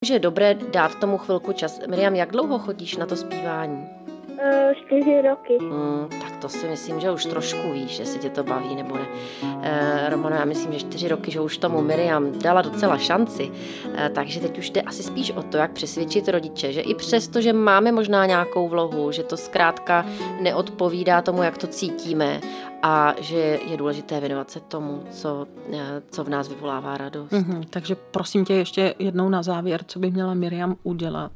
Že je dobré dát tomu chvilku čas. Miriam, jak dlouho chodíš na to zpívání? 4 roky. Tak to si myslím, že už trošku víš, jestli tě to baví nebo ne. Romano, já myslím, že 4 roky, že už tomu Miriam dala docela šanci, takže teď už jde asi spíš o to, jak přesvědčit rodiče, že i přesto, že máme možná nějakou vlohu, že to zkrátka neodpovídá tomu, jak to cítíme a že je důležité věnovat se tomu, co v nás vyvolává radost. Takže prosím tě ještě jednou na závěr, co by měla Miriam udělat?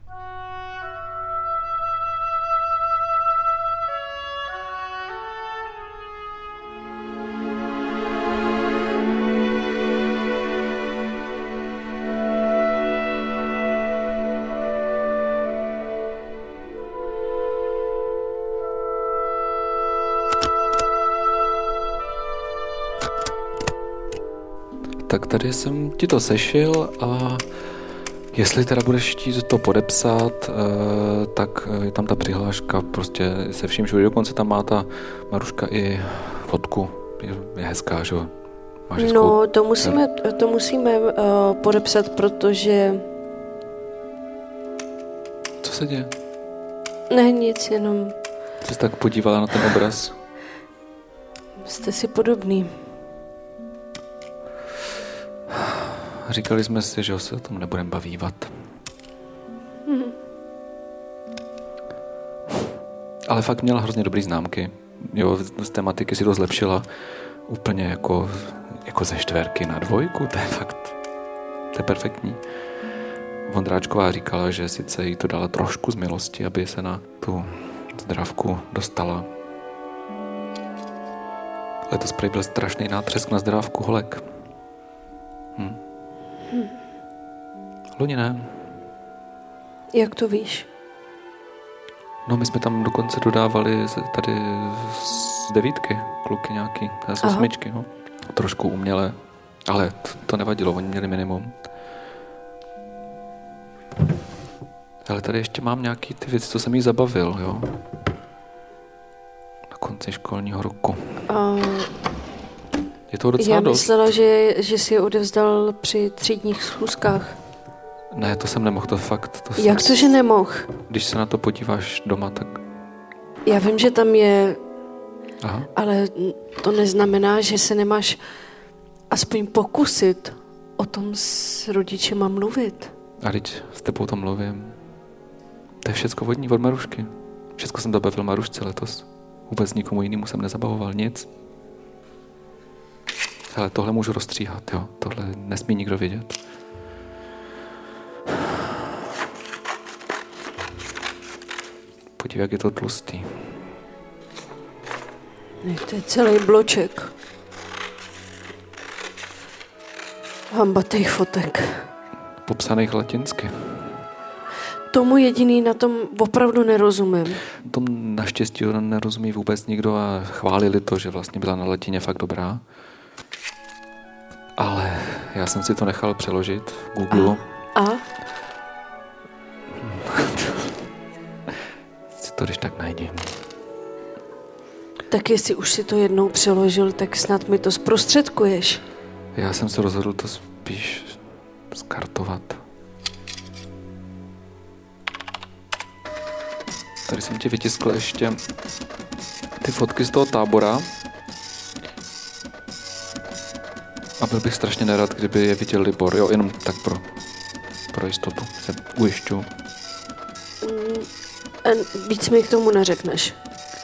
Tak tady jsem ti to sešil a jestli teda budeš chtít to podepsat, tak je tam ta přihláška prostě se vším všude. Dokonce tam má ta Maruška i fotku. Je hezká, že jo? No, to musíme podepsat, protože... Co se děje? Ne, nic, jenom... Jsi tak podívala na ten obraz? Jste si podobný. Říkali jsme si, že se o tom nebudeme bavívat. Ale fakt měla hrozně dobrý známky. Jo, z tematiky si to zlepšila úplně jako ze 4 na 2. To je fakt, to je perfektní. Vondráčková říkala, že sice jí to dala trošku z milosti, aby se na tu zdravku dostala. Letos prý byl strašný nátřesk na zdravku holek. Loni ne. Jak to víš? No, my jsme tam dokonce dodávali tady z 9 kluky nějaký, z 8, no. Trošku uměle, ale to nevadilo, oni měli minimum. Ale tady ještě mám nějaký ty věci, co jsem jí zabavil, jo. Na konci školního roku. Je to docela dost. Já myslela, že jsi je odevzdal při třídních schůzkách. Ne, to jsem nemohl, to fakt. Jak to, že nemohl? Když se na to podíváš doma, tak... Já vím, že tam je... Aha. Ale to neznamená, že se nemáš aspoň pokusit o tom s rodičema mluvit. A teď s tebou to mluvím. To je všecko vodní od Marušky. Všecko jsem zabavil Marušce letos. Vůbec nikomu jinému jsem nezabavoval nic. Hele, tohle můžu rozstříhat, jo. Tohle nesmí nikdo vědět. Podívej, jak je to tlustý. To je celý bloček. Hambatých fotek. Popsaných latinsky. Tomu jediný na tom opravdu nerozumím. Tom naštěstí nerozumí vůbec nikdo a chválili to, že vlastně byla na latině fakt dobrá. Ale já jsem si to nechal přeložit v Google. A? Si to když tak najdi. Tak jestli už si to jednou přeložil, tak snad mi to zprostředkuješ. Já jsem se rozhodl to spíš skartovat. Tady jsem ti vytiskl ještě ty fotky z toho tábora. A byl bych strašně nerad, kdyby je viděl Libor. Jo, jenom tak pro jistotu se ujišťu. A víc mi k tomu neřekneš.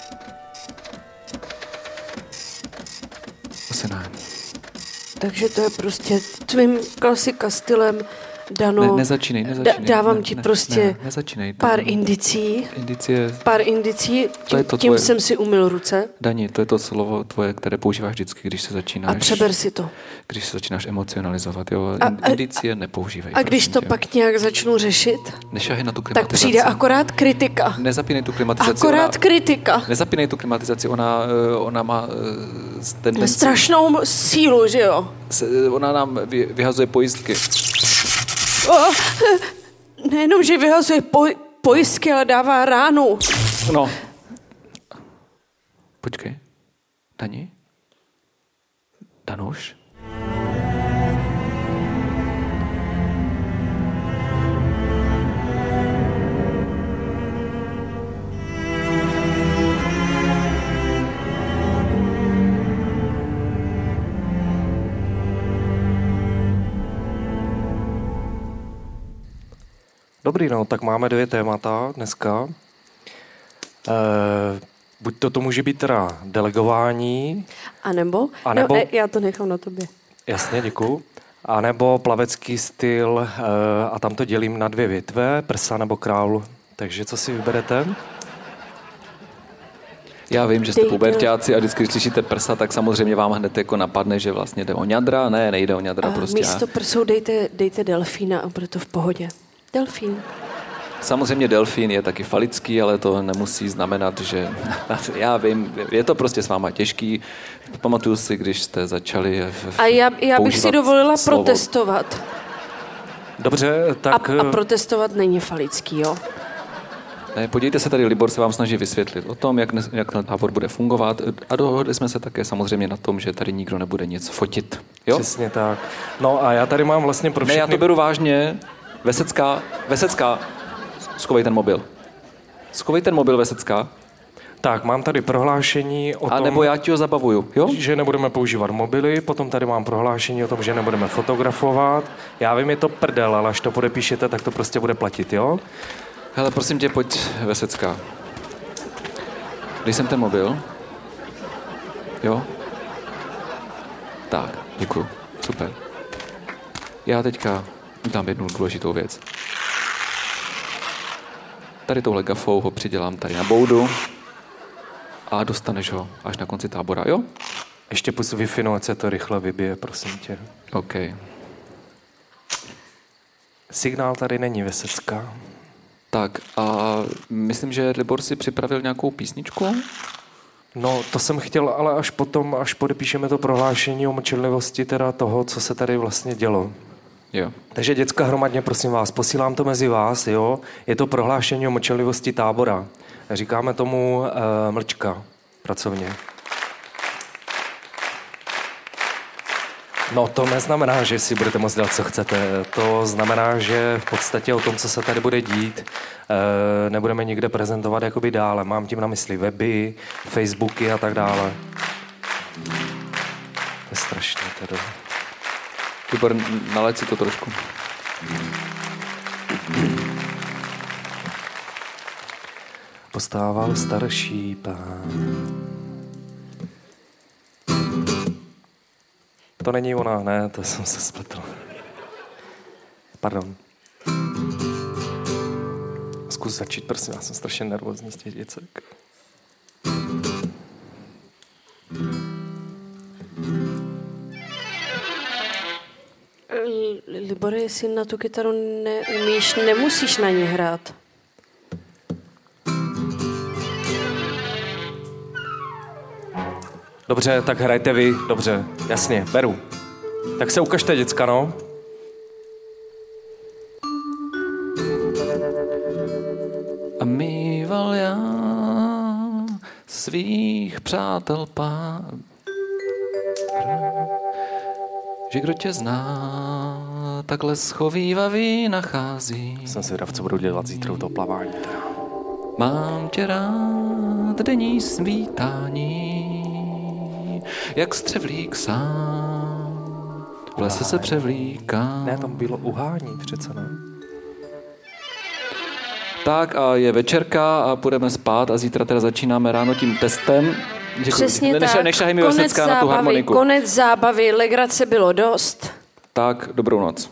Asi ne. Takže to je prostě tvým klasika stylem dano. Nezačínej. Dávám ti prostě nezačínej. Pár indicí. Pár indicí, tím jsem si umyl ruce. Dani, to je to slovo tvoje, které používáš vždycky, když se začínáš. A přeber si to. Když se začínáš emocionalizovat, jo. Indicie nepoužívej. A když to pak nějak začnu řešit, nešahej na tu klimatizaci. Tak přijde akorát kritika. Nezapínej tu klimatizaci. Kritika. Nezapínej tu klimatizaci, ona má tendenci... strašnou sílu, že jo? Ona nám vyhazuje pojistky. Nejenom, že vyhazuje pojistky, ale dává ránu. No. Počkej. Dani? Danuš? Dobrý, no, tak máme 2 témata dneska. Buď to může být teda delegování. A nebo? No, já to nechám na tobě. Jasně, děkuju. A nebo plavecký styl a tam to dělím na 2 větve, prsa nebo král. Takže co si vyberete? Já vím, že jste puberťáci a vždycky, když slyšíte prsa, tak samozřejmě vám hned jako napadne, že vlastně jde o ňadra. Ne, nejde o ňadra. Prostě místo prsou dejte delfína a bude to v pohodě. Delfín. Samozřejmě delfín je taky falický, ale to nemusí znamenat, že... Já vím, je to prostě s váma těžký. Pamatuju si, když jste začali A já bych si dovolila slovo. protestovat. Dobře, tak... A protestovat není falický, jo? Ne, podívejte se tady, Libor se vám snaží vysvětlit o tom, jak ten tábor bude fungovat a dohodli jsme se také samozřejmě na tom, že tady nikdo nebude nic fotit. Jo? Přesně tak. No a já tady mám vlastně pro všechny... Ne, já to beru vážně. Vesecká, schovej ten mobil. Schovej ten mobil, Vesecká. Tak, mám tady prohlášení o tom... A nebo já ti ho zabavuju, jo? Že nebudeme používat mobily, potom tady mám prohlášení o tom, že nebudeme fotografovat. Já vím, je to prdel, ale až to podepíšete, tak to prostě bude platit, jo? Hele, prosím tě, pojď, Vesecká. Dej sem ten mobil. Jo? Tak, děkuju. Super. Já teďka dám jednu důležitou věc. Tady touhle gafou ho přidělám tady na boudu a dostaneš ho až na konci tábora, jo? Ještě pust Wi-Fi, ať se to rychle vybije, prosím tě. OK. Signál tady není, Vesecká. Tak a myslím, že Libor si připravil nějakou písničku? No, to jsem chtěl, ale až potom, až podepíšeme to prohlášení o mlčenlivosti teda toho, co se tady vlastně dělo. Jo. Takže děcka hromadně, prosím vás, posílám to mezi vás, jo? Je to prohlášení o mlčenlivosti tábora. Říkáme tomu mlčka pracovně. No, to neznamená, že si budete moct dělat, co chcete. To znamená, že v podstatě o tom, co se tady bude dít, nebudeme nikde prezentovat jakoby dále. Mám tím na mysli weby, Facebooky a tak dále. To je strašné teda. Libor, nalaď si to trošku. Postával starší pán. To není ona, ne, to jsem se spletl. Pardon. Zkus začít, prosím, já jsem strašně nervózní z těch děcek. Libore, jestli na tu kytaru neumíš, nemusíš na ní hrát. Dobře, tak hrajte vy, dobře, jasně, beru. Tak se ukažte, děcka, no. A mýval já svých přátel pán, že kdo tě zná, takhle schovívavý nachází. Jsem si vědav, co budu dělat zítra u toho plavání teda. Mám tě rád, denní svítání, jak střevlík sám, v lese se převlíká. Ne, tam bylo uhání přece, ne? Tak a je večerka a půjdeme spát a zítra teda začínáme ráno tím testem. Přesně tak. Nešahej mi, Vesecká, na tu harmoniku. Konec zábavy, legrace bylo dost. Tak, dobrou noc.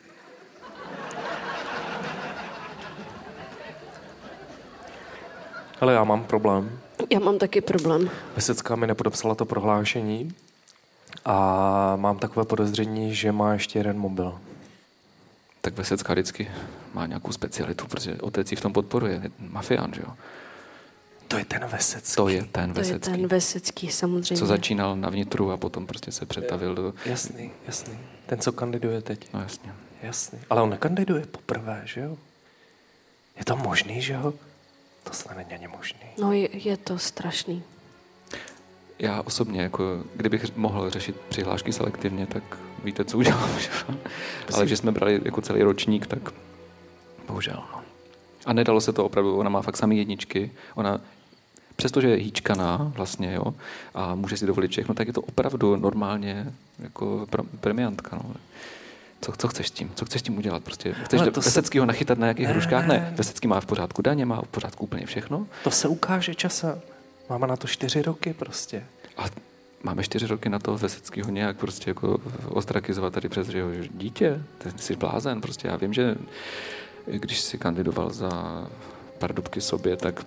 Ale já mám problém. Já mám taky problém. Vesecká mi nepodepsala to prohlášení a mám takové podezření, že má ještě jeden mobil. Tak Vesecká vždycky má nějakou specialitu, protože otec ji v tom podporuje. Je mafián, že jo? To je ten Vesecký. To je ten To je Vesecký. ten Vesecký, samozřejmě. Co začínal na vnitru a potom prostě se přetavil do... Jasný. Ten, co kandiduje teď. No jasně. Jasný. Ale on nekandiduje poprvé, že jo? Je to možný, že jo? To snad není ani možný. No je to strašný. Já osobně, jako, kdybych mohl řešit přihlášky selektivně, tak víte, co udělám. Že? Ale když jsme brali jako celý ročník, tak bohužel. No. A nedalo se to opravdu, ona má fakt samý jedničky. Ona, přestože je hýčkaná vlastně, jo, a může si dovolit všechno, tak je to opravdu normálně jako premiantka. No. Co chceš s tím? Co chceš s tím udělat? Prostě chceš Veseckýho nachytat na nějakých hruškách? Ne. Vesecký má v pořádku daně, má v pořádku úplně všechno. To se ukáže časem. Máme na to 4 roky prostě. A máme 4 roky na to Veseckýho nějak prostě jako ostrakizovat tady přes jeho dítě. Ty jsi blázen. Prostě já vím, že když si kandidoval za Pardubky sobě, tak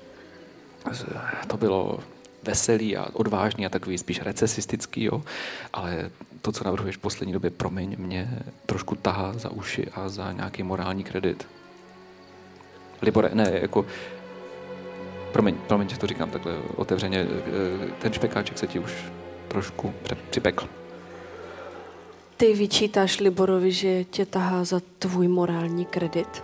to bylo veselý a odvážný a takový spíš recesistický, jo. Ale to, co navrhuješ v poslední době, promiň, mě trošku tahá za uši a za nějaký morální kredit. Libore, ne, jako promiň, že to říkám takhle otevřeně, ten špekáček se ti už trošku připekl. Ty vyčítáš Liborovi, že tě tahá za tvůj morální kredit?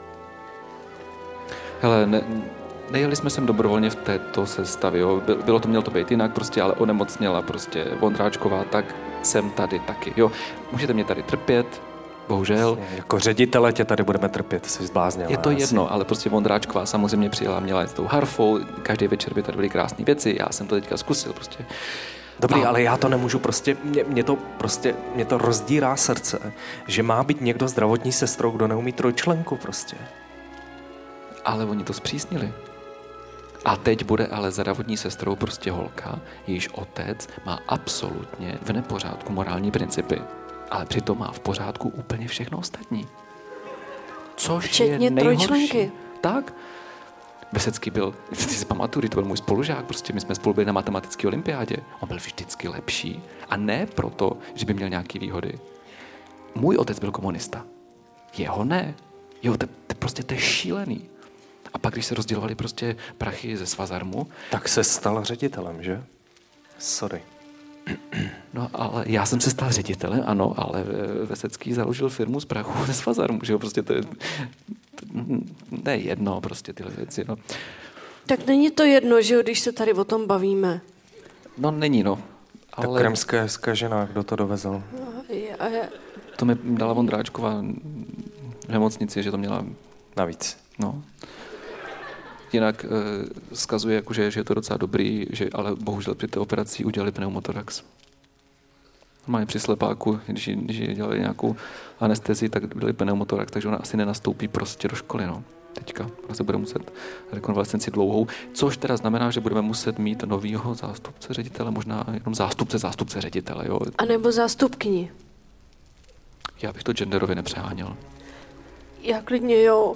Hele, nejeli jsme sem dobrovolně v této sestavě, jo. Mělo to být jinak, prostě, ale onemocněla prostě Vondráčková, tak jsem tady taky, jo. Můžete mě tady trpět, bohužel. Vlastně, jako ředitele tě tady budeme trpět, jsi zblázněla. Je to jedno, ale prostě Vondráčková samozřejmě přijela, měla jet s tou harfou, každý večer by tady byly krásné věci, já jsem to teďka zkusil prostě. Dobrý, ale já to nemůžu, prostě mě to rozdírá srdce, že má být někdo zdravotní sestrou, kdo neumí trojčlenku prostě. Ale oni to zpřísnili. A teď bude ale zdravotní sestrou prostě holka, jejíž otec má absolutně v nepořádku morální principy, ale přitom má v pořádku úplně všechno ostatní. Což včetně je nejhorší. trojčlenky. Tak. Vesecký byl, ty si pamatuju, to byl můj spolužák, prostě my jsme spolu byli na matematické olympiádě. On byl vždycky lepší a ne proto, že by měl nějaké výhody. Můj otec byl komunista. Jeho ne. Jo, to je šílený. A pak, když se rozdělovali prostě prachy ze Svazarmu... Tak se stal ředitelem, že? Sorry. No, ale já jsem se stal ředitelem, ano, ale Vesecký založil firmu z prachu ze Svazarmu, že jo, prostě to je jedno, prostě tyhle věci, no. Tak není to jedno, že jo, když se tady o tom bavíme. No, není, no. Ale... Tak kremské žena, kdo to dovezl? To mi dala Vondráčková v nemocnici, že to měla... Navíc. No. Jinak zkazuje, jakože, že je to docela dobrý, že, ale bohužel při té operaci udělali pneumotorax. Mají při slepáku, když dělali nějakou anestezii, tak udělali pneumotorax, takže ona asi nenastoupí prostě do školy, no. Teďka. Ona se bude muset rekonvalescenci dlouhou, což teda znamená, že budeme muset mít novýho zástupce ředitele, možná jenom zástupce ředitele, jo. A nebo zástupkyni. Já bych to genderově nepřeháněl. Já klidně jo.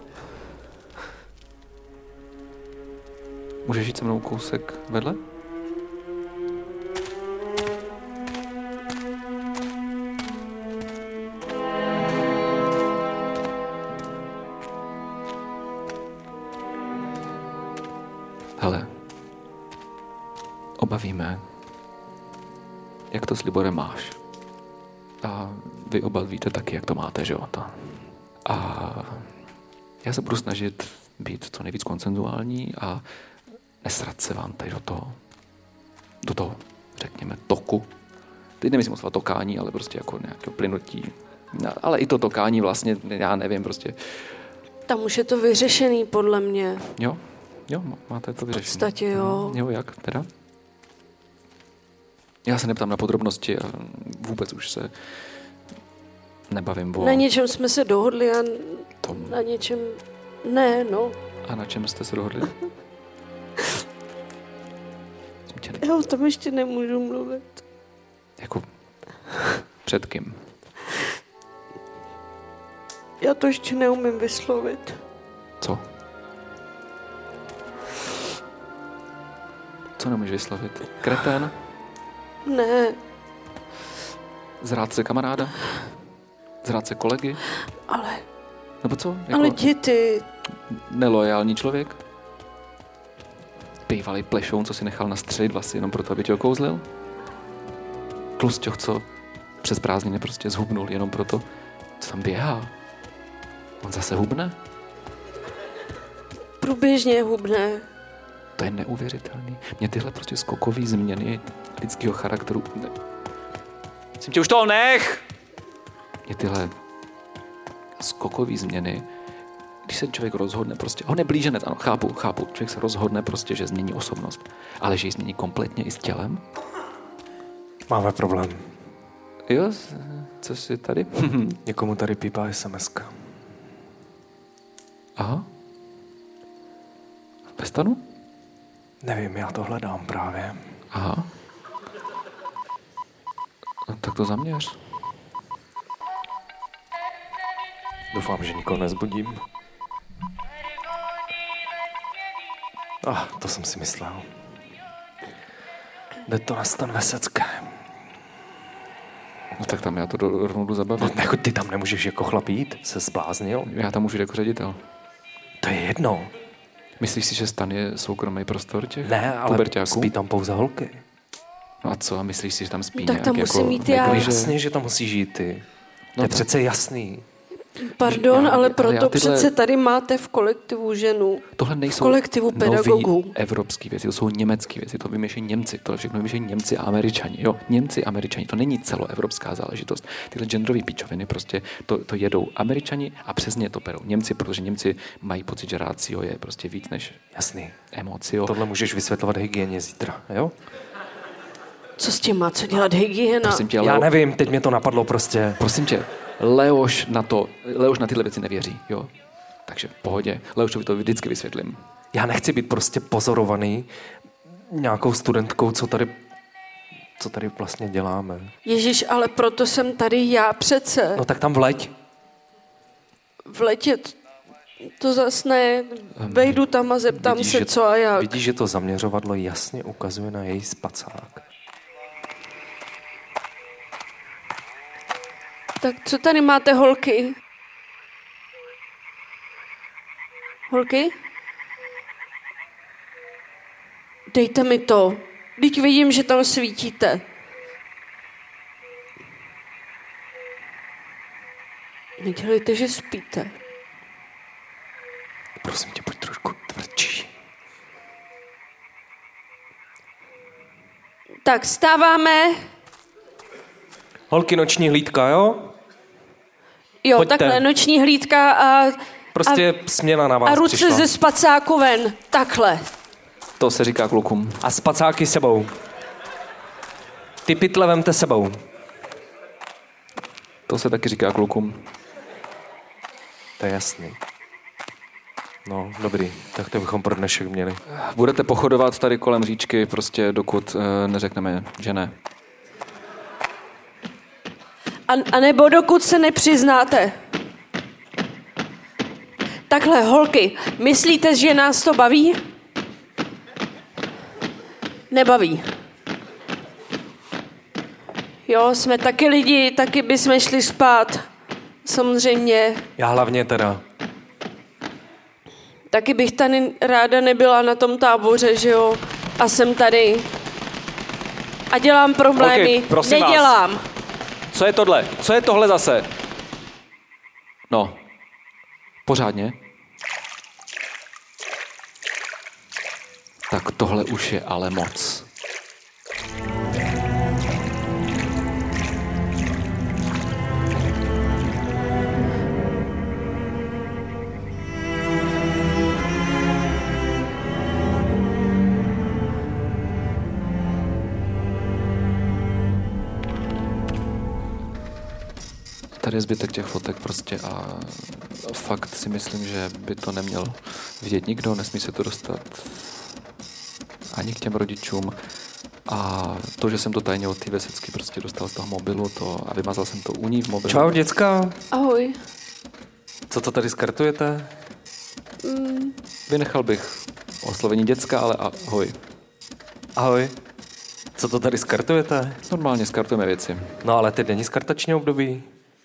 Můžeš jít se mnou kousek vedle? Hele, oba víme, jak to s Liborem máš. A vy oba víte taky, jak to máte, že jo? A já se budu snažit být co nejvíc konsenzuální a nesrat se vám tady do toho, řekněme, toku. Teď nemyslím o tokání, ale prostě jako nějakého plynutí. Ale i to tokání vlastně, já nevím, prostě. Tam už je to vyřešený, podle mě. Jo, máte to vyřešené. V podstatě jo. Jo, jak teda? Já se neptám na podrobnosti a vůbec už se nebavím o... Na něčem jsme se dohodli a na něčem ne, no. A na čem jste se dohodli? Já o tom ještě nemůžu mluvit. Jako před kým? Já to ještě neumím vyslovit. Co? Co nemůžeš vyslovit? Kretén? Ne. Zrádce kamaráda? Zrádce kolegy? Ale... Nebo co? Jako ale děti... Nelojální člověk? Bývalý plešoun, co si nechal nastřelit vlasy jenom proto, aby tě okouzlil? Tlusťoch, co přes prázdniny prostě zhubnul jenom proto, co tam běhá? On zase hubne? Průběžně hubne. To je neuvěřitelný. Mě tyhle prostě skokový změny lidského charakteru... Jsem tě už toho nech! Mě tyhle skokový změny, když se člověk rozhodne prostě, on je blíženec, ano, chápu, člověk se rozhodne prostě, že změní osobnost, ale že ji změní kompletně i s tělem? Máme problém. Jo, co jsi tady? Někomu tady pípá SMS-ka. Aha. Ve stanu? Nevím, já to hledám právě. Aha. No, tak to zaměř. Doufám, že nikoho nezbudím. To jsem si myslel. Jde to na stan Vesecké. No tak tam já to rovnou jdu zabavit. No, jako ty tam nemůžeš jako chlap jít? Se zbláznil? Já tam můžu jít jako ředitel. To je jedno. Myslíš si, že stan je soukromý prostor těch Ne, ale puberťáků? spí tam pouze holky. No a co? A myslíš si, že tam spí Tak nějak tam jako musím jít já. negliže? Jasně, že tam musíš jít ty. To je přece jasný. Pardon, Já- ale ale proto já tyhle- přece tady máte v kolektivu ženu. Tohle nejsou kolektivu pedagogů. nový evropský věci, to jsou německé věci, to vymýšlejí Němci, tohle všechno vymýšlejí Němci a Američani, jo, Němci a Američani, to není celoevropská záležitost. Tyhle genderové píčoviny prostě to jedou Američani a přesně to perou Němci, protože Němci mají pocit, že rácio je prostě víc než Jasný. emocio. Tohle můžeš vysvětlovat hygieně zítra, jo? Co s tím má co dělat hygiena? Prosím tě, Já nevím, teď mě to napadlo prostě. Prosím tě, Leoš na tyhle věci nevěří, jo. Takže v pohodě, Leošovi to vždycky vysvětlím. Já nechci být prostě pozorovaný nějakou studentkou, co tady vlastně děláme. Ježíš, ale proto jsem tady já přece. No tak tam vleď. V letě to zas ne. Vejdu tam a zeptám se, co a jak. Vidíš, že to zaměřovadlo jasně ukazuje na její spacák. Tak co tady máte, holky? Holky? Dejte mi to. Teď vidím, že tam svítíte. Nedělejte, že spíte. Prosím tě, buď trošku tvrdší. Tak, stáváme. Holky, noční hlídka, jo? Jo, Pojďte. takhle, noční hlídka Prostě směna na vás a ruce přišla. ze spacáku ven. Takhle. To se říká klukům. A spacáky sebou. Ty pytle vemte sebou. To se taky říká klukům. To je jasný. No, dobrý. Tak to bychom pro dnešek měli. Budete pochodovat tady kolem říčky, prostě dokud neřekneme, že ne. A nebo dokud se nepřiznáte. Takhle, holky, myslíte, že nás to baví? Nebaví. Jo, jsme taky lidi, taky bychom šli spát. Samozřejmě. Já hlavně teda. Taky bych tady ráda nebyla na tom táboře, že jo? A jsem tady. A dělám problémy. Holky, prosím vás. Nedělám. Co je tohle? Co je tohle zase? No, pořádně. Tak tohle už je ale moc. Tady je zbytek těch fotek prostě a fakt si myslím, že by to neměl vidět nikdo, nesmí se to dostat ani k těm rodičům. A to, že jsem to tajně od té Vesecky prostě dostal z toho mobilu a vymazal jsem to u ní v mobilu. Čau, děcka. Ahoj. Co to tady skartujete? Vynechal bych oslovení děcka, ale ahoj. Ahoj. Co to tady skartujete? Normálně skartujeme věci. No ale teď není skartační období.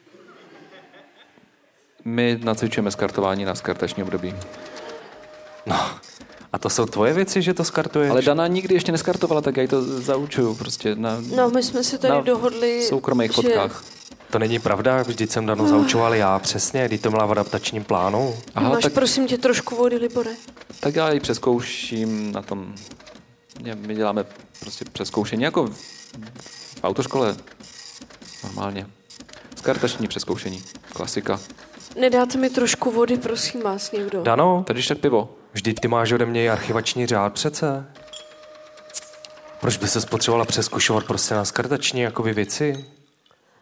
My nacvičujeme skartování na skartační období. No, a to jsou tvoje věci, že to skartuješ? Ale Dana nikdy ještě neskartovala, tak já jí to zaučuju prostě na No, my jsme se tady dohodli, soukromých fotkách. To není pravda, vždyť jsem Danu zaučoval já přesně, když to měla v adaptačním plánu. Aha, Máš, tak, prosím tě, trošku vody, Libore? tak já ji přeskouším na tom. My děláme prostě přeskoušení, jako v autoškole normálně. Skartační přeskoušení, klasika. Nedáte mi trošku vody, prosím vás, někdo? Dano, Tady tak pivo. vždyť ty máš ode mě i archivační řád přece. Proč by se potřebovala přeskušovat prostě na skartační jakoby věci?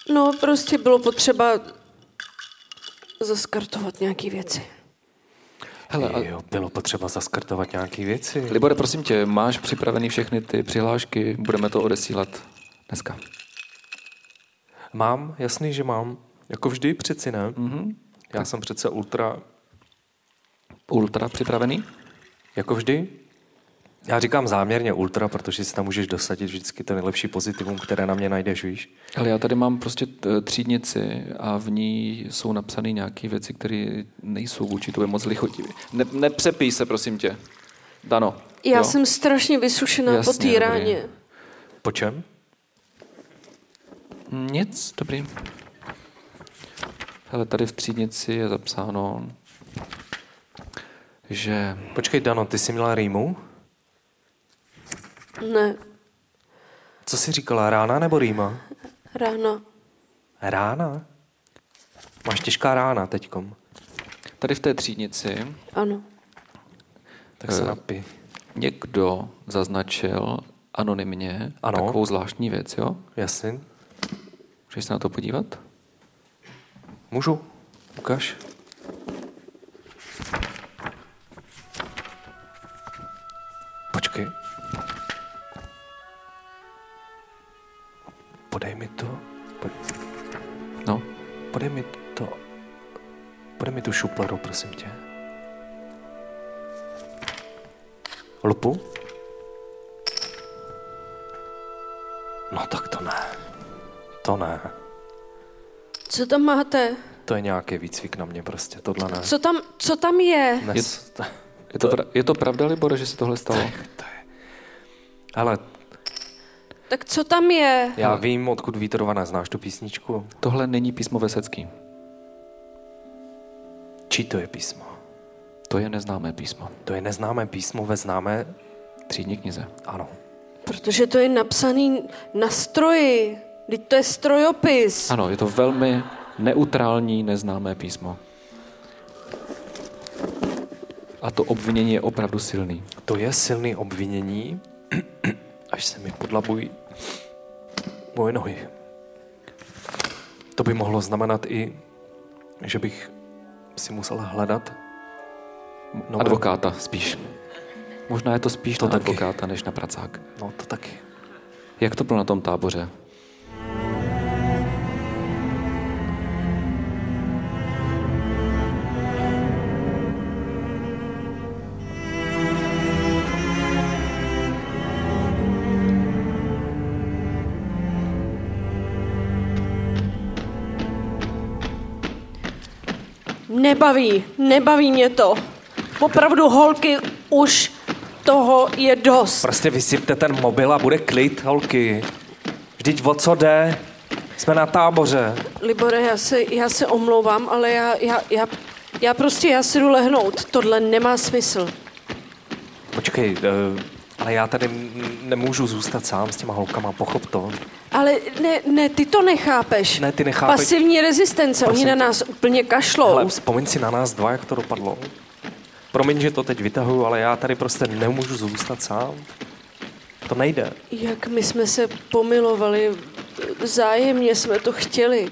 No, prostě bylo potřeba zaskartovat nějaký věci. Hele, Jo, bylo potřeba zaskartovat nějaké věci. Libore, prosím tě, máš připravený všechny ty přihlášky? Budeme to odesílat dneska. Mám, jasný, že mám. Jako vždy přeci, ne? Mhm. Já jsem přece Ultra připravený? jako vždy. Já říkám záměrně ultra, protože si tam můžeš dosadit vždycky to nejlepší pozitivum, které na mě najdeš, víš? Ale já tady mám prostě třídnici a v ní jsou napsané nějaké věci, které nejsou vůči tobě moc lichotivé. Nepřepij se, prosím tě. Dano. Já jo? jsem strašně vysušená Jasně, po té ráně. dobrý. Po čem? Nic, dobrý. Hele, tady v třídnici je zapsáno, že... Počkej, Dano, ty jsi měla rýmu? Ne, Co jsi říkala, rána nebo rýma? rána. Rána? Máš těžká rána teďkom. Tady v té třídnici Ano. Tak se napij. někdo zaznačil anonymně Ano. takovou zvláštní věc, jo? Jasně. Můžeš se na to podívat? Můžu? Ukaž. Počkej. Podej mi to. No. Podej mi to. Podej mi tu šupladu, prosím tě. Lupu? No tak to ne. To ne. Co tam máte? To je nějaký výcvik na mě prostě, tohle ne. Co tam je? Dnes, Je to pravda, Libore, že se tohle stalo? to je. Ale Tak co tam je? já vím, odkud vítr vane, znáš tu písničku? Tohle není písmo Vesecký. Čí to je písmo? To je neznámé písmo. To je neznámé písmo ve známé? Třídní knize. Ano. Protože to je napsaný na stroji. Vždyť to je strojopis. Ano, je to velmi neutrální neznámé písmo. A to obvinění je opravdu silný. To je silný obvinění, až se mi podlabují moje nohy. To by mohlo znamenat i, že bych si musel hledat Advokáta spíš. Možná je to spíš To na taky. advokáta, než na pracák. No to taky. Jak to bylo na tom táboře? Nebaví mě to. Opravdu, holky, už toho je dost. Prostě vysypte ten mobil a bude klid, holky. Vždyť o co jde? Jsme na táboře. Libore, já se omlouvám, ale já si jdu lehnout. Tohle nemá smysl. Počkej, ale já tady nemůžu zůstat sám s těma holkama, pochop to. Ale ne, ty to nechápeš. Ne, ty nechápeš. Pasivní rezistence, Prosím oni na tě. nás úplně kašlou. Ale vzpomeň si na nás dva, jak to dopadlo. Promiň, že to teď vytahuju, ale já tady prostě nemůžu zůstat sám. To nejde. Jak my jsme se pomilovali, vzájemně jsme to chtěli.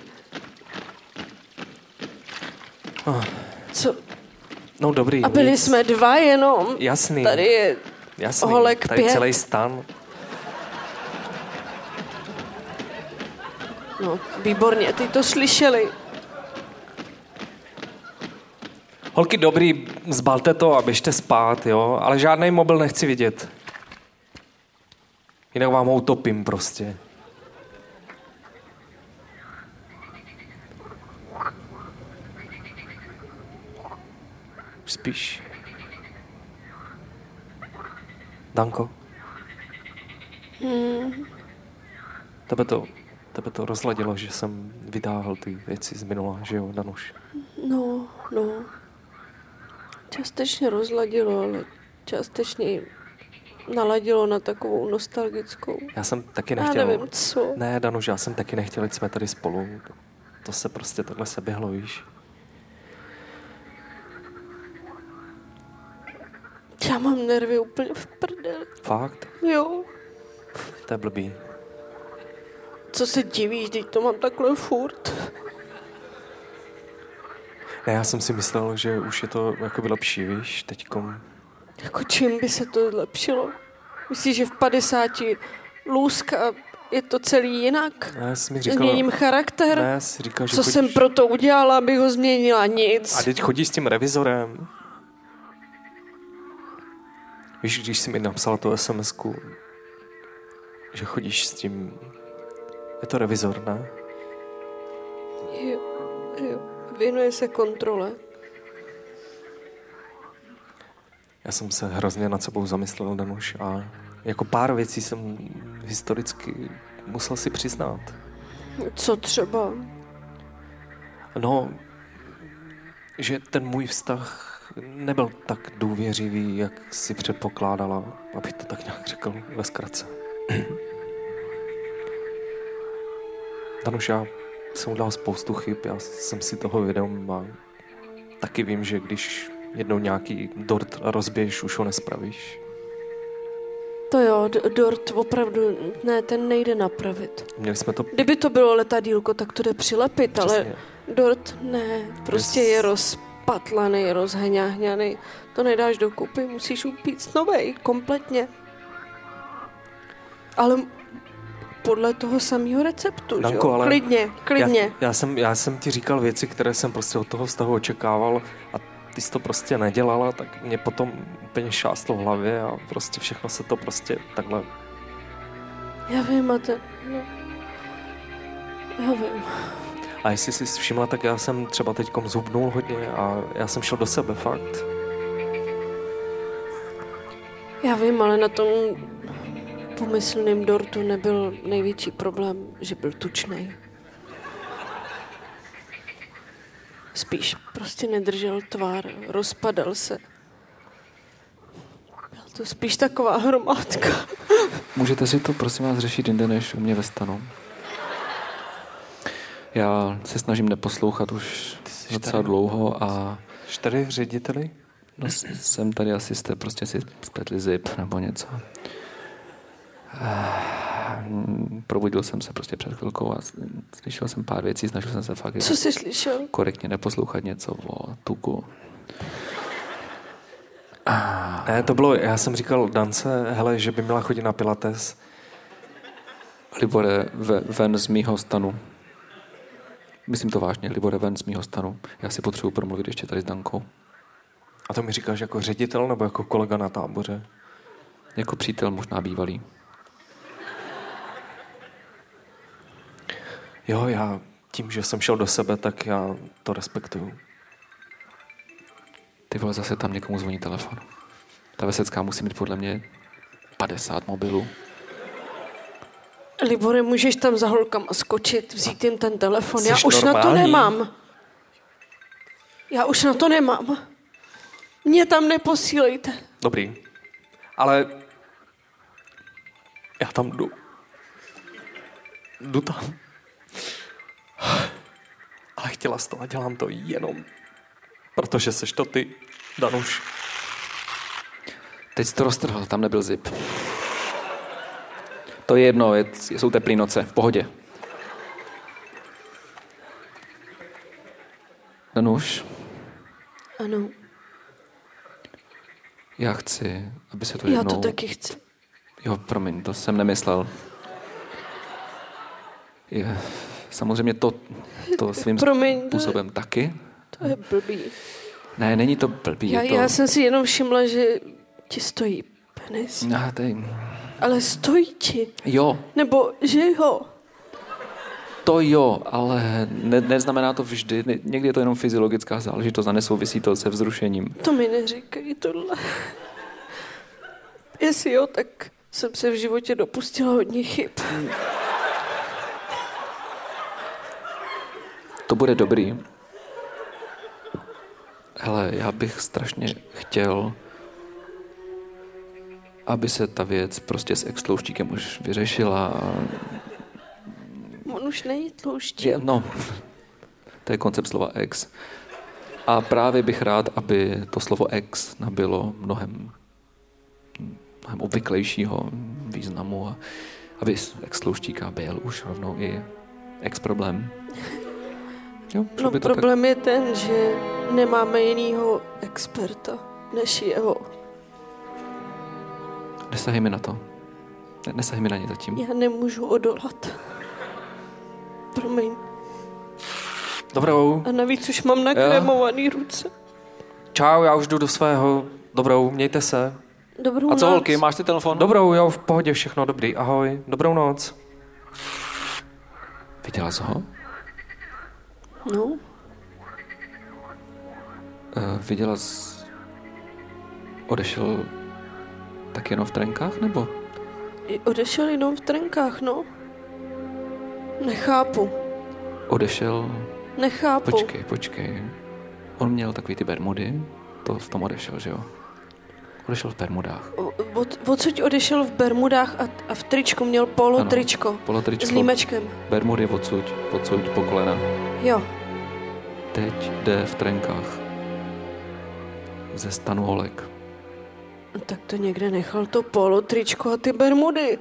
Co? No dobrý, A byli nic. jsme dva jenom. Jasný. Tady je Jasný, holek tady 5. celý stan. No, výborně, ty to slyšeli. Holky, dobrý, zbalte to a běžte spát, jo? Ale žádný mobil nechci vidět. Jinak vám ho utopím prostě. Už spíš? Danko? Tebe to rozladilo, že jsem vytáhl ty věci z minula, že jo, Danuš? No. Částečně rozladilo, ale částečně naladilo na takovou nostalgickou. Já jsem taky Já nechtěl... nevím, co. Ne, Danuš, já jsem taky nechtěl, ať jsme tady spolu. To se prostě takhle seběhlo, víš. Já mám nervy úplně v prdeli. Fakt? Jo. To je blbý. Co se divíš, teď to mám takhle furt. Ne, já jsem si myslel, že už je to jakoby lepší, víš, teďkom. Jako čím by se to zlepšilo? Myslíš, že v 50 lůzka je to celý jinak? Ne, jsi mi říkala... Změním charakter? Ne, jsi říkal, že Co chodíš... jsem pro to udělala, abych ho změnila? Nic. A teď chodíš s tím revizorem. Víš, když jsi mi napsala tu SMS-ku, že chodíš s tím... Je to revizor, ne? Jo. Věnuje se kontrole. Já jsem se hrozně nad sebou zamyslel, Danuš, a jako pár věcí jsem historicky musel si přiznat. Co třeba? No, že ten můj vztah nebyl tak důvěřivý, jak si předpokládala, abych to tak nějak řekl ve zkratce. Danuš, já jsem udělal spoustu chyb, já jsem si toho vědom a taky vím, že když jednou nějaký dort rozbiješ, už ho nespravíš. To jo, dort opravdu, ne, ten nejde napravit. Měli jsme to... Kdyby to bylo letadílko, tak to jde přilepit, Přesně. ale dort ne, prostě je rozpatlaný, rozhňahňaný. To nedáš dokupy, musíš upít novej, kompletně. Ale podle toho samého receptu, Danko, že jo? ale Klidně. Já jsem ti říkal věci, které jsem prostě od toho vztahu očekával a ty jsi to prostě nedělala, tak mě potom úplně šástlo v hlavě a prostě všechno se to prostě takhle... Já vím, já vím. A jestli jsi všimla, tak já jsem třeba teďkom zhubnul hodně a já jsem šel do sebe, fakt. Já vím, ale na tom pomyslným dortu nebyl největší problém, že byl tučnej. Spíš prostě nedržel tvar, rozpadal se. Byl to spíš taková hromádka. Můžete si to, prosím vás, řešit jinde než u mě ve stanu. Já se snažím neposlouchat už docela dlouho a... 4 řediteli? No, jsem tady, asi jste prostě si spletli zip nebo něco. Probudil jsem se prostě před chvilkou a slyšel jsem pár věcí, snažil jsem se fakt Co jsi slyšel? korektně neposlouchat něco o tuku. Ne, to bylo, já jsem říkal Dance, hele, že by měla chodit na pilates. Libore, ven z mýho stanu. Myslím to vážně, Libore, ven z mýho stanu. Já si potřebuji promluvit ještě tady s Dankou. A to mi říkáš jako ředitel nebo jako kolega na táboře? Jako přítel, možná bývalý. Jo, já tím, že jsem šel do sebe, tak já to respektuju. Ty vole, zase tam někomu zvoní telefon. Ta Vesecká musí mít podle mě 50 mobilů. Libore, můžeš tam za holkama skočit, vzít jim ten telefon. Já Jseš už na to normální? nemám. Já už na to nemám. Mě tam neposílejte. Dobrý. Ale já tam jdu. Jdu tam. Ale chtěla jsi to a dělám to jenom protože seš to ty, Danuš. Teď jsi to roztrhl, tam nebyl zip. To je jedno, jsou teplý noce, v pohodě. Danuš, Ano, já chci, aby se to já jednou... to taky chci. Jo, promiň, to jsem nemyslel. Samozřejmě to svým Promiň, způsobem taky. To je blbý. Ne, není to blbý. Já jsem si jenom všimla, že ti stojí penis. Ale stojí ti. Jo, Nebo že jo. to jo, ale neznamená to vždy. Někdy je to jenom fyziologická záležitost a nesouvisí to se vzrušením. To mi neříkají tohle. Jestli jo, tak jsem se v životě dopustila hodně chyb. To bude dobrý. Hele, já bych strašně chtěl, aby se ta věc prostě s ex-tlouštíkem už vyřešila. On už není tlouštík. No, to je koncept slova ex. A právě bych rád, aby to slovo ex nabylo mnohem obvyklejšího významu Aby ex-tlouštíka byl už rovnou i ex-problém. Jo, No problém je ten, že nemáme jinýho experta než jeho. Nesahej mi na to. Nesahej mi na ně zatím. Já nemůžu odolat. Promiň. Dobrou. A navíc už mám nakrémovaný ruce. Čau, já už jdu do svého. Dobrou, mějte se. Dobrou A co noc. holky, máš ty telefon? Dobrou, jo, v pohodě, všechno dobrý. Ahoj, dobrou noc. Viděla jsi ho? No, Viděla jsi... Odešel tak jenom v trenkách, nebo? odešel jenom v trenkách, no. Nechápu. Odešel... Nechápu. Počkej. On měl takový ty bermudy, to v tom odešel, že jo? Odešel v bermudách. Odsud odešel v bermudách a v tričku měl polo Ano, tričko. polo tričko. S límečkem. Bermudy odsud po kolena. Jo. Teď jde v trenkách. Ze stanu holek. No, tak to někde nechal to polo tričko a ty bermudy.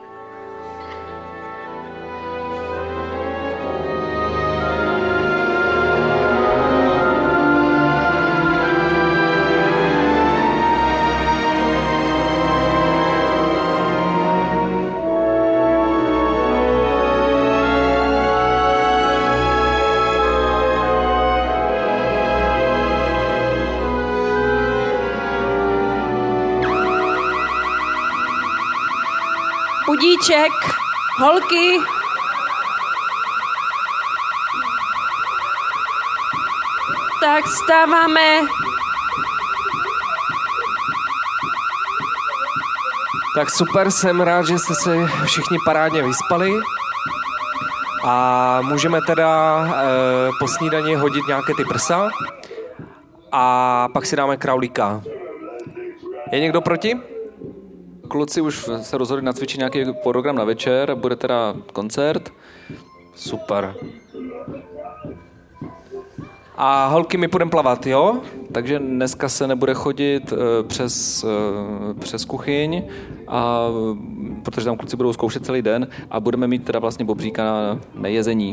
Budíček, holky. Tak vstáváme. Tak super, jsem rád, že jste se všichni parádně vyspali. A můžeme teda po snídani hodit nějaké ty prsa. A pak si dáme kraulíka. Je někdo proti? Kluci už se rozhodli nacvičit nějaký program na večer, bude teda koncert. Super. A holky, my půjdeme plavat, jo? Takže dneska se nebude chodit přes kuchyň, protože tam kluci budou zkoušet celý den a budeme mít teda vlastně bobříka na nejezení.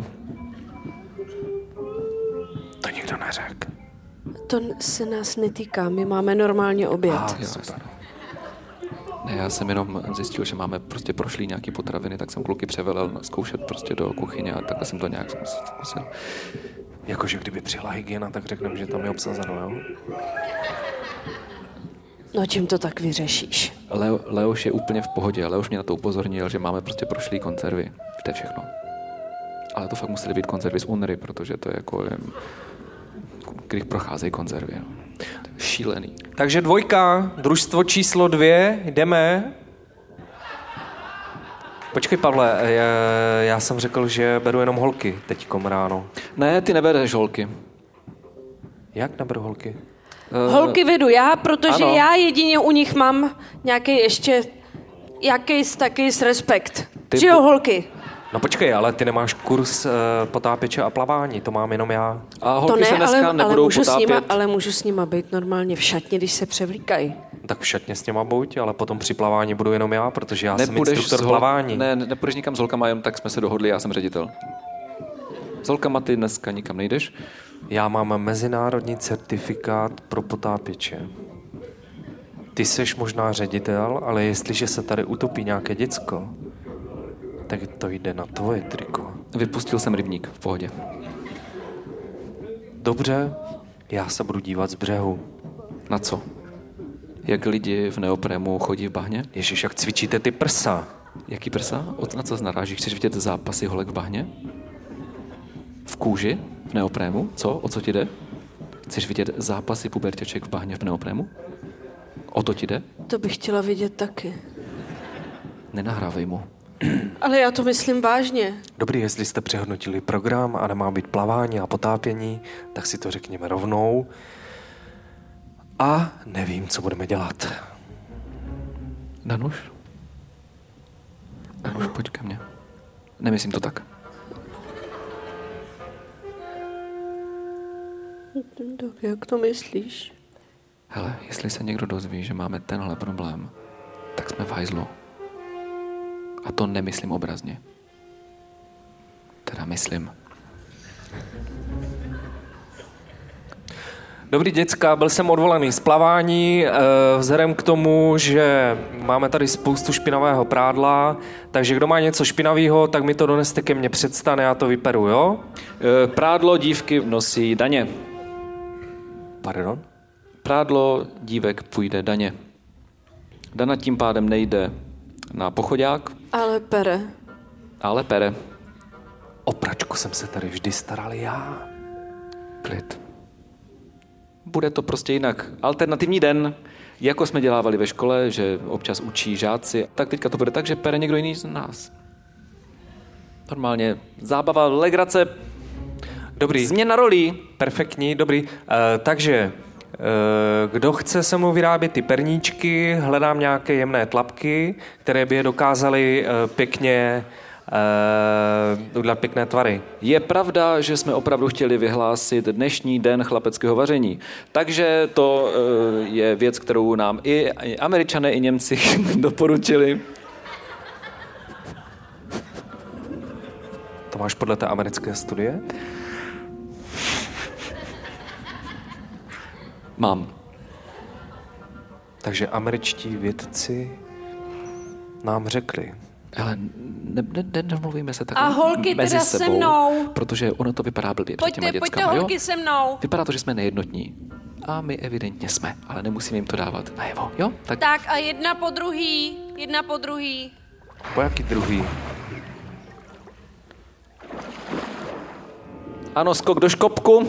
To nikdo neřekl. To se nás netýká, my máme normálně oběd. Super. Ne, já jsem jenom zjistil, že máme prostě prošlý nějaký potraviny, tak jsem kluky převelel zkoušet prostě do kuchyně a takhle jsem to nějak zkusil. Jakože kdyby přijela hygiena, tak řekneme, že tam je obsazeno, jo? No čím to tak vyřešíš? Leoš je úplně v pohodě, Leoš mě na to upozornil, že máme prostě prošlý konzervy. To je všechno. Ale to fakt museli být konzervy z UNRY, protože to je jako... když procházejí konzervy. No. To je šílený. Takže 2, družstvo číslo 2, jdeme. Počkej, Pavle, já jsem řekl, že beru jenom holky teďkom ráno. Ne, ty nebereš holky. Jak neberu holky? Holky vedu já, protože ano. já jedině u nich mám nějaký ještě jakýs takýs respekt. Že jo, holky? No počkej, ale ty nemáš kurz potápěče a plavání, to mám jenom já. A holky To ne, se dneska nebudou potápět. ale můžu s nima být normálně v šatně, když se převlíkají. Tak v šatně s něma buď, ale potom při plavání budu jenom já, protože já jsem instruktor plavání. Ne, nepůjdeš nikam s holkama, jenom tak jsme se dohodli, já jsem ředitel. S holkama ty dneska nikam nejdeš? Já mám mezinárodní certifikát pro potápěče. Ty seš možná ředitel, ale jestliže se tady utopí nějaké děcko, tak to jde na tvoje triko. Vypustil jsem rybník, v pohodě. Dobře, já se budu dívat z břehu. Na co? Jak lidi v neoprému chodí v bahně? Ježiš, jak cvičíte ty prsa? Jaký prsa? Na co narážíš? Chceš vidět zápasy holek v bahně? V kůži? V neoprému? Co? O co ti jde? Chceš vidět zápasy pubertěček v bahně v neoprému? O to ti jde? To bych chtěla vidět taky. Nenahrávej mu. Ale já to myslím vážně. Dobrý, jestli jste přehodnotili program a nemá být plavání a potápění, tak si to řekněme rovnou. A nevím, co budeme dělat. Danuš, pojď ke mně. Nemyslím to tak. Tak jak to myslíš? Hele, jestli se někdo dozví, že máme tenhle problém, tak jsme v hajzlu. A to nemyslím obrazně. Teda myslím. Dobrý děcka, byl jsem odvolaný z plavání, vzhledem k tomu, že máme tady spoustu špinavého prádla, takže kdo má něco špinavého, tak mi to doneste ke mně před stan, já to vyperu, jo? Prádlo dívky nosí daně. Pardon? Prádlo dívek půjde daně. Dana tím pádem nejde na pochodák, Ale pere. ale pere. O pračku jsem se tady vždy staral já. Klid. Bude to prostě jinak. Alternativní den, jako jsme dělávali ve škole, že občas učí žáci, tak teďka to bude tak, že pere někdo jiný z nás. Normálně zábava, legrace, Dobrý. změna rolí. Perfektní, dobrý. Takže, kdo chce se mnou vyrábět ty perníčky, hledám nějaké jemné tlapky, které by je dokázaly pěkně udělat pěkné tvary. Je pravda, že jsme opravdu chtěli vyhlásit dnešní den chlapeckého vaření. Takže to je věc, kterou nám i Američané, i Němci doporučili. To máš podle té americké studie? Mám. Takže američtí vědci nám řekli. Ale nemluvíme se tak A holky mezi teda sebou, se mnou. Protože ono to vypadá blbě před těma Pojďte dětskama, jo? holky se mnou. Vypadá to, že jsme nejednotní. A my evidentně jsme, ale nemusíme jim to dávat najevo, jo? Tak a jedna po druhý. Po jaký druhý? Ano, skok do škopku.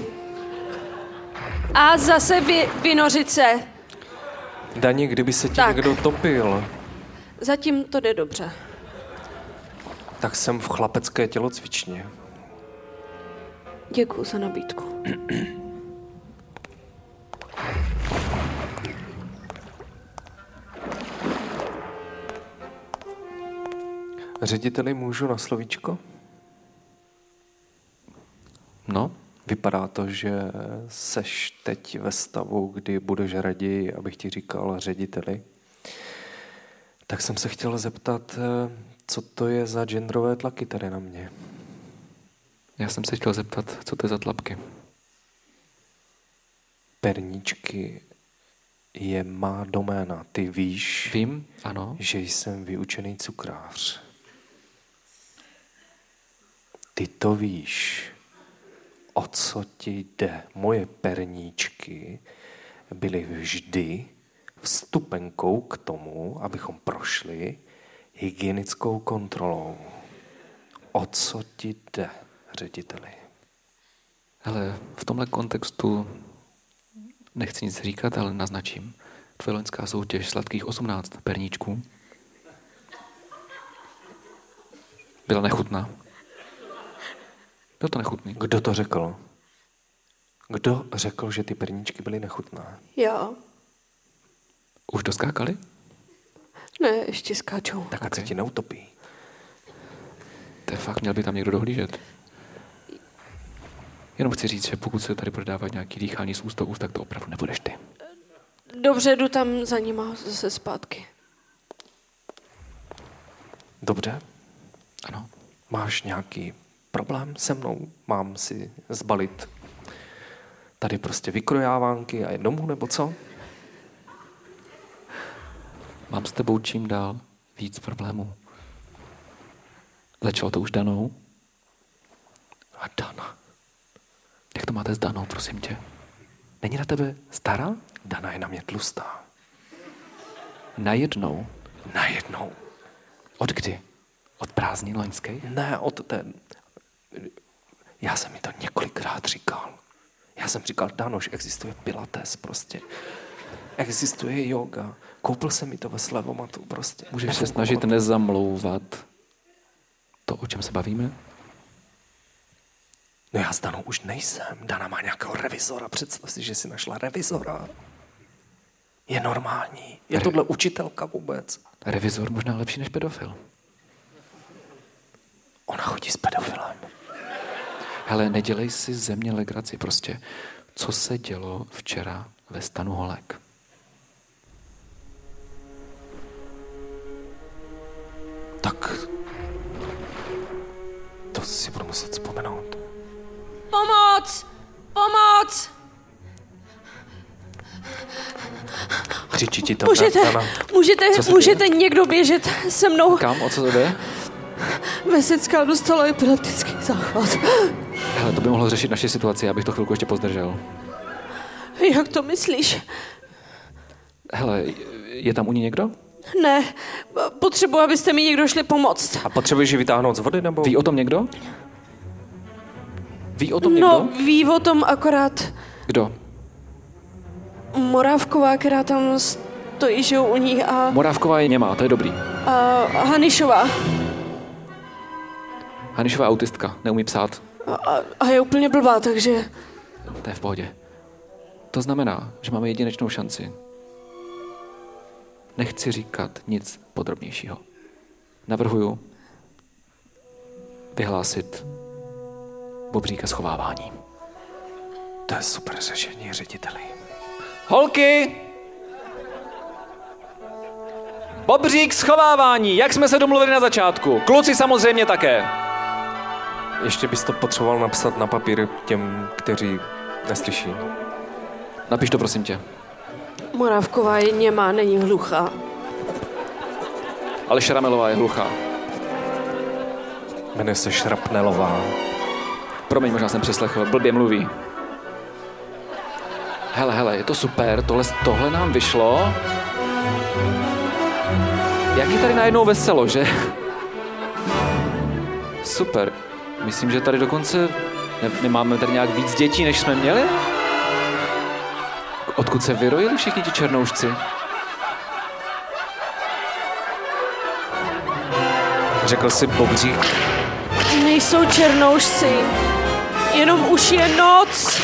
A zase vynořit se. Dani, kdyby se ti Tak. někdo topil, Zatím to jde dobře. tak jsem v chlapecké tělocvičně. Děkuju za nabídku. Řediteli, můžu na slovíčko? No, Vypadá to, že seš teď ve stavu, kdy budeš raději, abych ti říkal řediteli. Tak jsem se chtěl zeptat, co to je za genderové tlaky tady na mě. já jsem se chtěl zeptat, co to je za tlapky. Perníčky je má doména. Ty víš, Vím, ano. že jsem vyučený cukrář. Ty to víš, o co ti jde. Moje perníčky byly vždy vstupenkou k tomu, abychom prošli hygienickou kontrolou. O co ti jde, řediteli? Hele, v tomhle kontextu nechci nic říkat, ale naznačím. Tvoje loňská soutěž sladkých 18 perníčků byla nechutná. Byl to nechutný. Kdo to řekl? Kdo řekl, že ty perníčky byly nechutné? Já? Už doskákali? Ne, ještě skáčou. Tak ať se ti neutopí. To je fakt, měl by tam někdo dohlížet. Jenom chci říct, že pokud se tady bude dávat nějaký dýchání z úst do úst, tak to opravdu nebudeš ty. Dobře, jdu tam za nima zase zpátky. Dobře? Ano. Máš nějaký problém se mnou? Mám si zbalit tady prostě vykrojávánky a jít domů, nebo co? Mám s tebou čím dál víc problémů. Začalo to už Danou? A Dana. Jak to máte s Danou, prosím tě? Není na tebe stará? Dana je na mě tlustá. Najednou. Najednou. Od kdy? Od prázdnin loňských? Ne, od té... Já jsem mi to několikrát říkal. Já jsem říkal, Danoš, existuje pilates prostě. Existuje yoga. Koupil jsem mi to ve Slevomatu prostě. Můžeš se snažit nezamlouvat to, o čem se bavíme? No já s Danou už nejsem. Dana má nějakého revizora. Představ si, že si našla revizora. Je normální. Je tohle učitelka vůbec. Revizor možná lepší než pedofil. Ona chodí s pedofilem. Hele, nedělej si ze mě legraci prostě. Co se dělo včera ve stanu Holek? Tak to si budu muset vzpomenout. Pomoc! Pomoc! Křičí ti to. Můžete někdo běžet se mnou? Kam? O co to jde? Vesecká dostala epileptický záchvat. Hele, to by mohlo řešit naši situaci, já bych to chvilku ještě pozdržel. Jak to myslíš? Hele, je tam u ní někdo? Ne, potřebuji, abyste mi někdo šli pomoct. A potřebuješ ji vytáhnout z vody, nebo? Ví o tom někdo? Ví o tom někdo? No, ví o tom akorát Kdo? Morávková, která tam stojí, že u ní a Morávková je němá, to je dobrý. Hanišová. Hanišová je autistka, neumí psát. A je úplně blbá, takže... To je v pohodě. To znamená, že máme jedinečnou šanci. Nechci říkat nic podrobnějšího. Navrhuju vyhlásit bobříka schovávání. To je super řešení, řediteli. Holky! Bobřík schovávání, jak jsme se domluvili na začátku. Kluci samozřejmě také. Ještě bys to potřeboval napsat na papír těm, kteří neslyší. Napiš to, prosím tě. Morávková je němá, není hluchá. Ale Šramelová je hluchá. Jmenuje se Šrapnelová. Promiň, možná jsem přeslechl, blbě mluví. Hele, je to super, tohle nám vyšlo. Jak je tady najednou veselo, že? Super. Myslím, že tady dokonce nemáme tady nějak víc dětí, než jsme měli? Odkud se vyrojili všichni ti černoušci? Řekl jsi bobřík? Nejsou černoušci, jenom už je noc.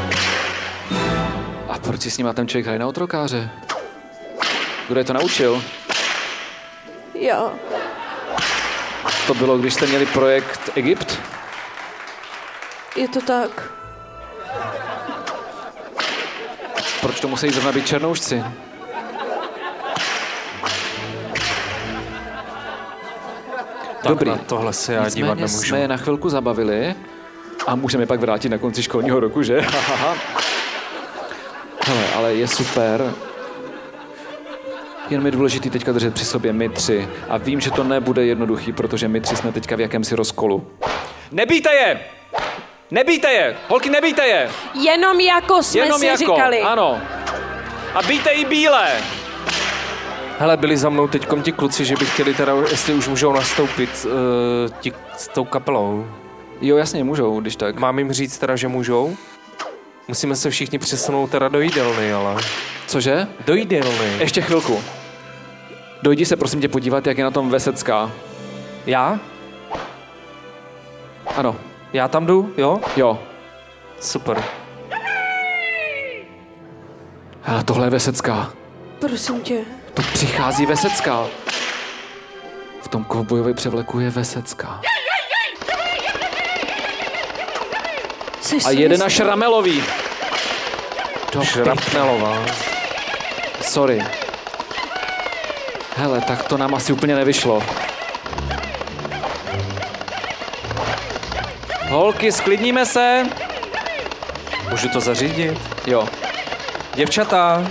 A proč si s ním ten člověk hraje na otrokáře? Kdo je to naučil? Já. To bylo, když jste měli projekt Egypt? Je to tak. Proč to musí zrovna být černoušci? Dobrý. Na tohle se já dívat Nicméně nemůžu. jsme je na chvilku zabavili a můžeme je pak vrátit na konci školního roku, že? Hele, ale je super. Jen je důležitý teďka držet při sobě my tři. A vím, že to nebude jednoduchý, protože my tři jsme teďka v jakémsi rozkolu. Nebijte je! Nebijte je! Holky, nebijte je! Jenom jako jsme Jenom si jako, říkali. ano. A bijte i bílé! Hele, byli za mnou teďkom ti kluci, že by chtěli teda, jestli už můžou nastoupit ti s tou kapelou. Jo, jasně, můžou, když tak. Mám jim říct teda, že můžou? Musíme se všichni přesunout teda do jídelny, ale... Cože? Do jídelny. Ještě chvilku. Dojdi se prosím tě podívat, jak je na tom Vesecká. Já? Ano. Já tam jdu, jo? Jo. Super. A tohle je Vesecká. Prosím tě. To přichází Vesecká. V tom kovbojově převleku je Vesecká. A jede na Šramelový. Šrapnelová. Sorry. Hele, tak to nám asi úplně nevyšlo. Holky, sklidníme se. Můžu to zařídit? Jo. Děvčata,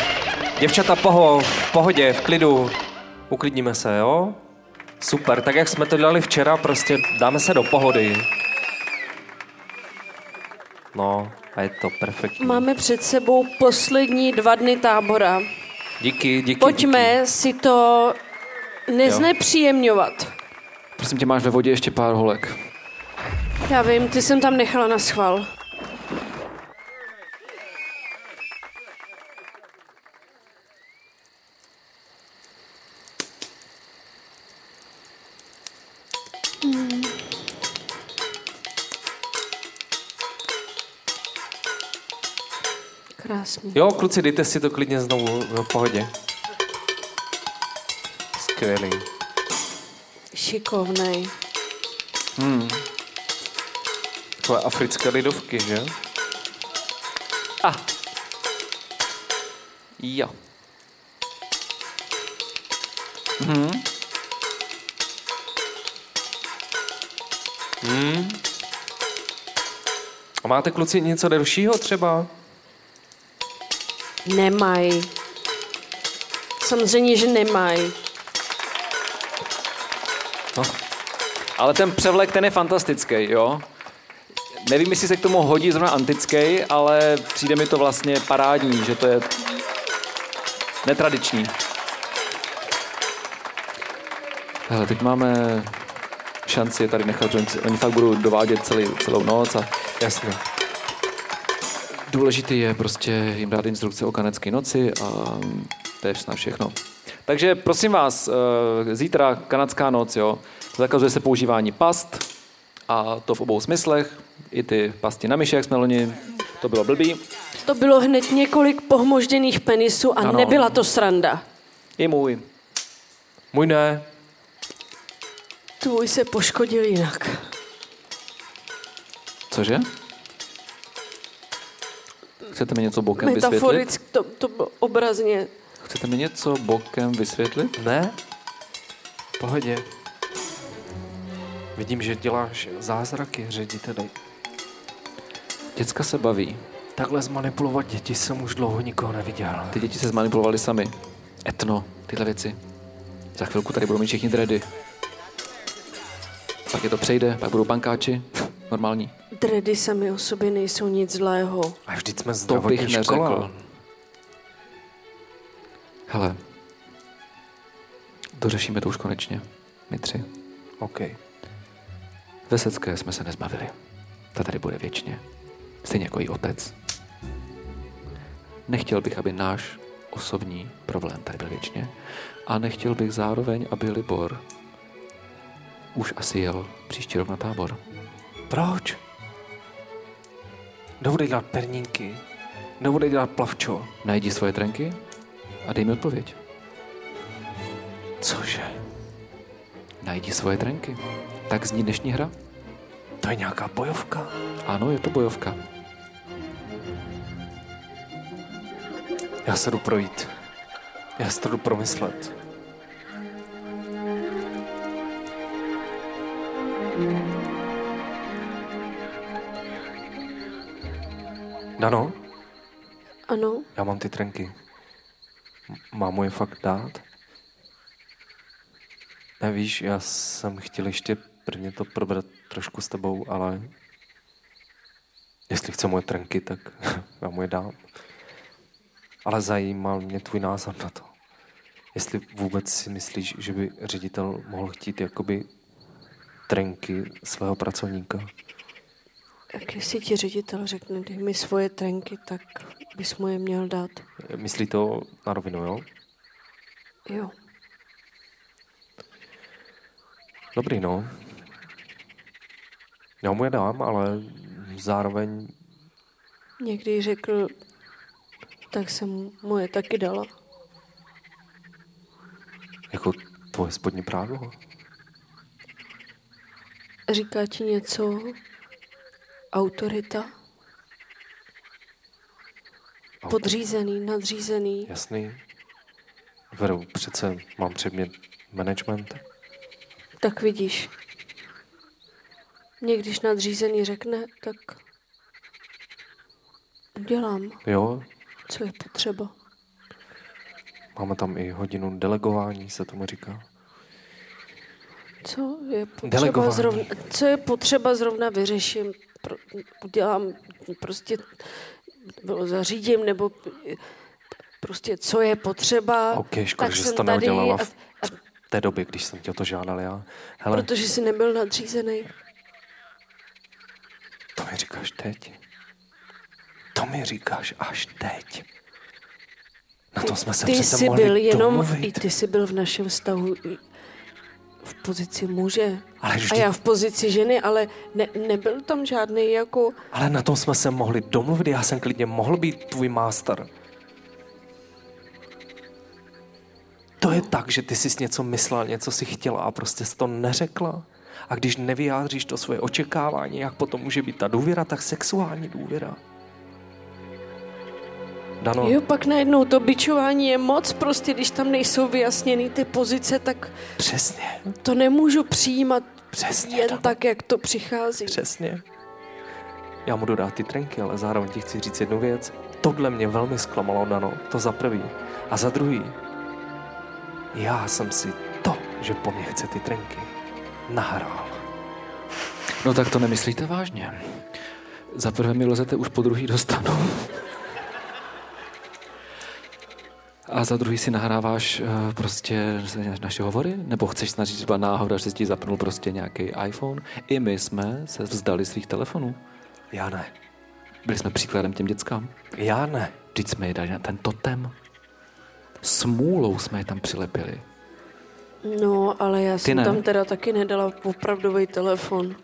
v pohodě, v klidu. Uklidníme se, jo? Super, tak jak jsme to dělali včera, prostě dáme se do pohody. No, a je to perfektní. Máme před sebou poslední 2 dny tábora. Díky. Pojďme si to neznepříjemňovat. Prosím tě, máš ve vodě ještě pár holek. Já vím, ty jsem tam nechala na schvál. Krásný. Jo, kluci, dejte si to klidně znovu v pohodě. Skvělý. Šikovnej. Takové africké lidovky, že? Jo. A máte kluci něco delšího třeba? Nemají. Samozřejmě, že nemají. No. Ale ten převlek, ten je fantastický, jo? Nevím, jestli se k tomu hodí zrovna antický, ale přijde mi to vlastně parádní, že to je netradiční. Hele, teď máme šanci je tady nechat, že oni fakt budou dovádět celou noc a Jasně. důležitý je prostě jim dát instrukce o kanadské noci a to je snad všechno. Takže prosím vás, zítra kanadská noc, jo, zakazuje se používání past a to v obou smyslech, i ty pasti na myši, jak jsme loni, to bylo blbý. To bylo hned několik pohmožděných penisů a Ano. nebyla to sranda. I můj. Můj ne. Tvůj se poškodil jinak. Cože? Chcete mi něco bokem vysvětlit? Metaforicky, to bylo obrazně. Chcete mi něco bokem vysvětlit? Ne? V pohodě. Vidím, že děláš zázraky, řediteli. Děcka se baví. Takhle zmanipulovat děti jsem už dlouho nikoho neviděl. Ty děti se zmanipulovali sami. Etno, tyhle věci. Za chvilku tady budou mít všichni dready. Pak je to přejde, pak budou pankáči. Normální. Dredy sami o sobě nejsou nic zlého. A vždyť jsme To bych zdravotní neřekl. škola. Hele, dořešíme to už konečně. My tři. OK. Vesecké jsme se nezbavili. Ta tady bude věčně. Stejně jako její otec. Nechtěl bych, aby náš osobní problém tady byl věčně. A nechtěl bych zároveň, aby Libor už asi jel příští rok na tábor. Proč? Kdo bude dělat perníky? Kdo bude dělat plavčo? Najdi svoje trenky a dej mi odpověď. Cože? Najdi svoje trenky. Tak zní dnešní hra. To je nějaká bojovka. Ano, je to bojovka. Já se jdu projít. Já se to jdu promyslet. Dano, Ano, já mám ty trenky. Mám mu je fakt dát? Nevíš, já jsem chtěl ještě prvně to probrat trošku s tebou, ale jestli chce moje trenky, tak já mu je dám. Ale zajímal mě tvůj názor na to. Jestli vůbec si myslíš, že by ředitel mohl chtít jakoby trenky svého pracovníka. jak jestli ti ředitel řekne, dej mi svoje trenky, tak bys mu je měl dát. Myslí to na rovinu, jo? Jo. Dobrý, no. Já mu je dám, ale zároveň Někdy řekl, tak jsem mu je taky dala. jako tvoje spodní prádlo. Říká ti něco autorita? Podřízený, nadřízený. Jasný. Veru, přece mám předmět management. Tak vidíš. Mě když nadřízený řekne, tak udělám, Jo, co je potřeba. máme tam i hodinu delegování, se tomu říká. Co je potřeba zrovna vyřeším. Udělám prostě, nebo zařídím, nebo prostě co je potřeba. OK, škoda, tak že jsem jsi to tady neudělala v té době, když jsem tě o to žádal já. Hele, protože jsi nebyl nadřízený. to mi říkáš teď. To mi říkáš až teď. Na to jsme se Ty přece jsi mohli byl jenom, domluvit. i ty jsi byl v našem vztahu v pozici muže. Ale A já v pozici ženy, ale nebyl tam žádný jako... Ale na tom jsme se mohli domluvit, já jsem klidně mohl být tvůj master. To je tak, že ty jsi něco myslela, něco si chtěla a prostě jsi to neřekla. A když nevyjádříš to svoje očekávání, jak potom může být ta důvěra, tak sexuální důvěra. Dano, Jo, pak najednou to bičování je moc, prostě když tam nejsou vyjasněny ty pozice, tak přesně, to nemůžu přijímat Přesně, jen Dano. tak, jak to přichází. přesně. Já mu dodám ty trenky, ale zároveň ti chci říct jednu věc. Tohle mě velmi zklamalo, Dano, to za prvý. A za druhý, já jsem si to, že po mně chce ty trenky, nahrál. No tak to nemyslíte vážně. Za prvé mi lezete, už po druhý dostanu. A za druhý si nahráváš prostě naše hovory? Nebo chceš snažit třeba náhoda, že ti zapnul prostě nějaký iPhone? I my jsme se vzdali svých telefonů. Já ne. Byli jsme příkladem těm dětskám. Já ne. Vždyť jsme je dali na ten totem. Smůlou jsme je tam přilepili. No, ale já jsem ne? tam teda taky nedala opravdový telefon.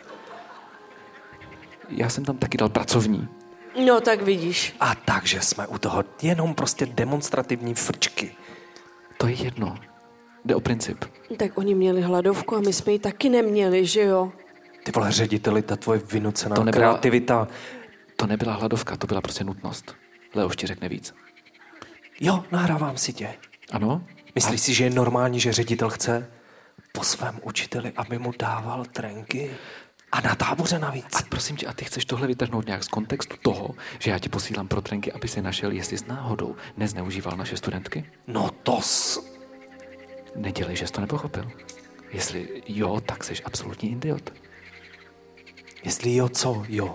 Já jsem tam taky dal pracovní. No, tak vidíš. A takže jsme u toho jenom prostě demonstrativní frčky. To je jedno. Jde o princip. Tak oni měli hladovku a my jsme ji taky neměli, že jo? Ty vole, řediteli, ta tvoje vynucená To nebyla- kreativita. To nebyla hladovka, to byla prostě nutnost. Leoš ti řekne víc. Jo, nahrávám si tě. Ano? Myslíš si, že je normální, že ředitel chce po svém učiteli, aby mu dával trenky? A na táboře navíc. A prosím tě, a ty chceš tohle vytrhnout nějak z kontextu toho, že já ti posílám pro trenky, aby si našel, jestli s náhodou nezneužíval naše studentky? No to Nedělej, že jsi to nepochopil. Jestli jo, tak jsi absolutní idiot. Jestli jo, co? Jo.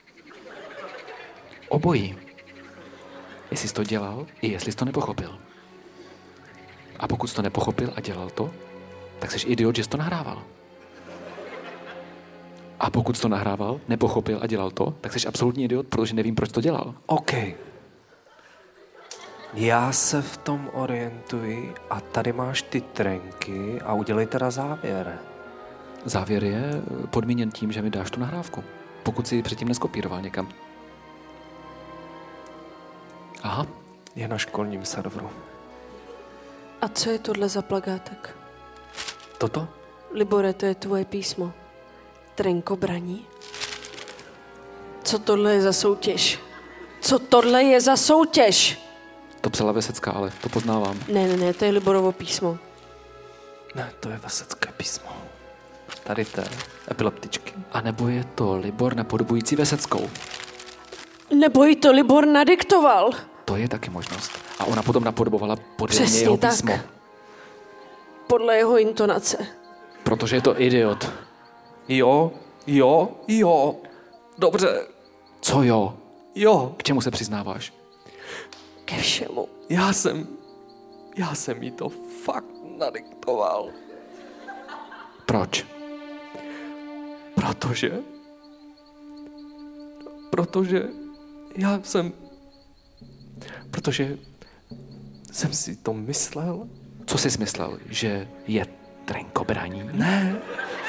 Obojí. Jestli jsi to dělal, i jestli jsi to nepochopil. A pokud jsi to nepochopil a dělal to, tak jsi idiot, že jsi to nahrával. A pokud jsi to nahrával, nepochopil a dělal to, tak jsi absolutní idiot, protože nevím, proč to dělal. OK. Já se v tom orientuji a tady máš ty trenky a udělej teda závěr. Závěr je podmíněn tím, že mi dáš tu nahrávku. Pokud si ji předtím neskopíroval někam. Aha. Je na školním serveru. A co je tohle za plagátek? Toto? Libore, to je tvoje písmo. Trenkobraní? Co tohle je za soutěž? Co tohle je za soutěž? To psala Vesecká, ale to poznávám. Ne, to je Liborovo písmo. Ne, to je vesecké písmo. Tady té epileptičky. A nebo je to Libor napodobující Veseckou. Nebo jí to Libor nadiktoval. To je taky možnost. A ona potom napodobovala podle Přesně jeho tak. písmo. Podle jeho intonace. Protože je to idiot. Jo. Dobře. Co jo? Jo. K čemu se přiznáváš? Ke všemu. Já jsem jí to fakt nadiktoval. Proč? Protože jsem si to myslel. Co jsi myslel? Že je trenkobraní? Ne.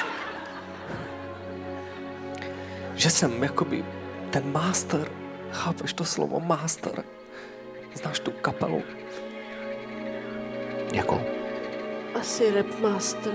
Že jsem jakoby ten master. Chápeš to slovo master? Znáš tu kapelu? Jakou? Asi Rap Master.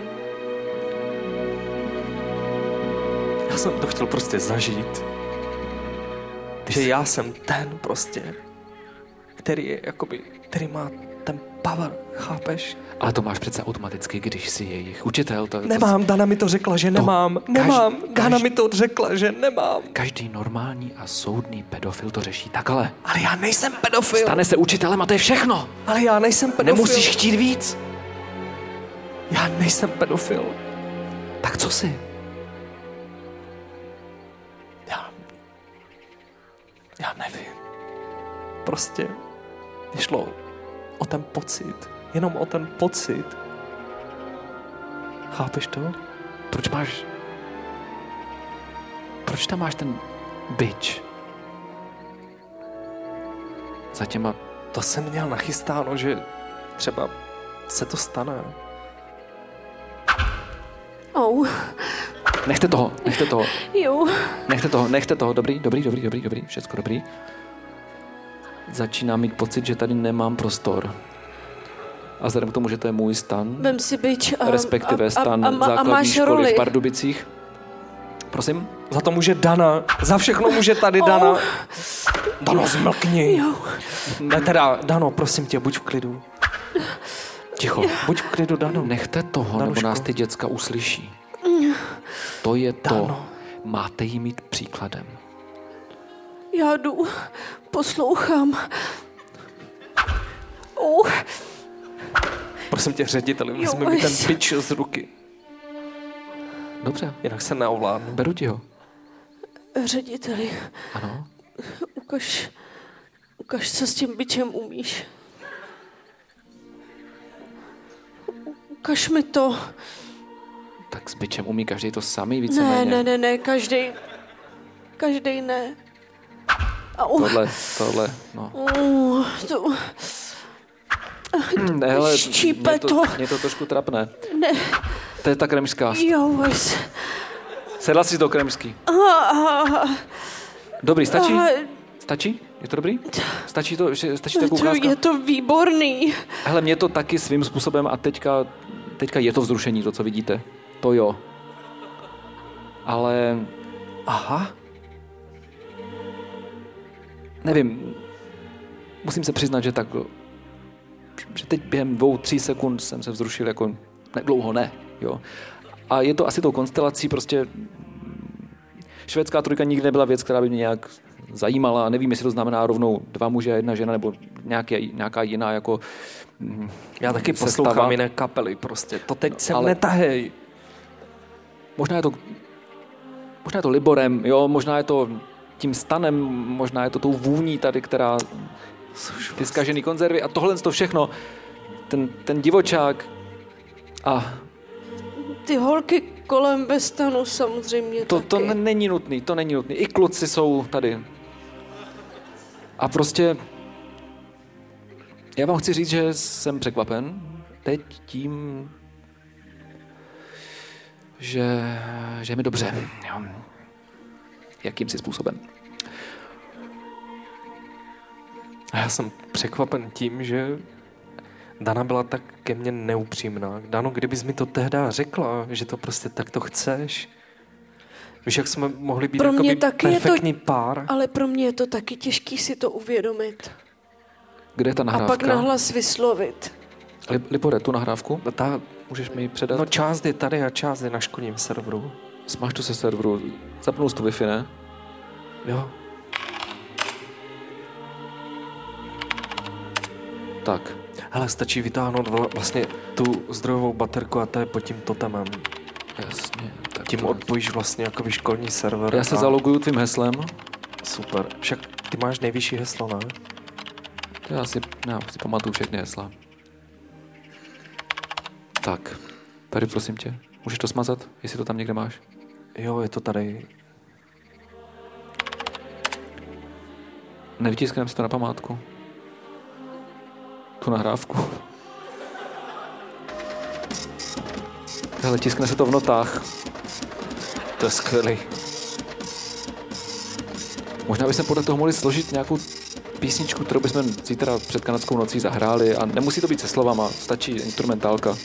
Já jsem to chtěl prostě zažít. Že já jsem ten prostě, který je jakoby, který má ten power, chápeš? Ale to máš přece automaticky, když jsi jejich učitel. Nemám, Dana mi to řekla, že nemám. Dana mi to řekla, že nemám. Každý normální a soudný pedofil to řeší takhle. Ale já nejsem pedofil. Stane se učitelem a to je všechno. Ale já nejsem pedofil. Nemusíš chtít víc. Já nejsem pedofil. Tak co jsi? Já nevím. Prostě šlo o ten pocit. Jenom o ten pocit. Chápeš to? Proč tam máš ten bič? Za těma... To jsem měl nachystáno, že třeba se to stane. Nechte toho. Jo. Nechte toho. Dobrý. Všecko dobrý. Začínám mít pocit, že tady nemám prostor. A vzhledem k tomu, že to je můj stan, Vem si bič respektive stan a základní máš školy roli. v Pardubicích. Prosím? Za to může Dana. Za všechno může tady Dana. Dano, zmlkni. Jo. Ne teda, Dano, prosím tě, buď v klidu. Ticho. Buď v klidu, Dano. Nechte toho, Danuško. nebo nás ty děcka uslyší. To je to. Dano. Máte jí mít příkladem. Já jdu, poslouchám. Prosím tě, řediteli, vezmi mi ten bič z ruky. Dobře, Jinak se neovládnu. beru ti ho. Řediteli, Ano. ukaž, co s tím bičem umíš. Ukaž mi to. Tak s bičem umí každý to samý víceméně. Ne, každej ne. Tohle, no. Ne, hele, štípe to. Mě to trošku trapne. Ne. To je ta kremská. Jo, Sedla si do kremský. Dobrý, stačí? Stačí? Je to dobrý? Stačí to jako ukázka? Je to výborný. Hele, mě to taky svým způsobem a teďka je to vzrušení, to, co vidíte. To jo. Ale... Aha. Nevím. Musím se přiznat, že teď během 2-3 sekund jsem se vzrušil jako dlouho ne. Jo. A je to asi tou konstelací, prostě švédská trojka nikdy nebyla věc, která by mě nějak zajímala. Nevím, jestli to znamená rovnou 2 muže a 1 žena, nebo nějaká jiná jako Já taky poslouchám jiné kapely prostě. To teď sem netahej. Možná je to Liborem, jo, možná je to tím stanem, možná je to tou vůní tady, která ty zkažený konzervy a tohle to všechno, ten divočák a... Ty holky kolem ve stanu samozřejmě to taky. není nutný. I kluci jsou tady. A prostě já vám chci říct, že jsem překvapen teď tím, že je mi dobře. Jo. Jakýmsi způsobem. A já jsem překvapen tím, že Dana byla tak ke mně neupřímná. Dano, kdybys mi to tehdy řekla, že to prostě takto chceš. Víš, jak jsme mohli být perfektní pár? Ale pro mě je to taky těžký si to uvědomit. Kde je ta nahrávka? A pak nahlas vyslovit. Lipore, tu nahrávku? Můžeš mi ji předat? No část je tady a část je na školním serveru. Smaž to se serveru. Zapnul jsi tu Wi-Fi, ne? Jo. Tak. Hele, stačí vytáhnout vlastně tu zdrojovou baterku a to je pod tím totemem. Jasně. Tak tím odpojíš vlastně jakoby školní server. Já se zaloguju tvým heslem. Super. Však ty máš nejvyšší heslo, ne? Já si pamatuju všechny hesla. Tak. Tady prosím tě. Můžeš to smazat, jestli to tam někde máš? Jo, je to tady. Nevytiskneme si to na památku. Tu nahrávku. Hele, tiskne se to v notách. To je skvělý. Možná bychom podle toho mohli složit nějakou písničku, kterou bychom zítra před kanadskou nocí zahráli a nemusí to být se slovama, stačí instrumentálka.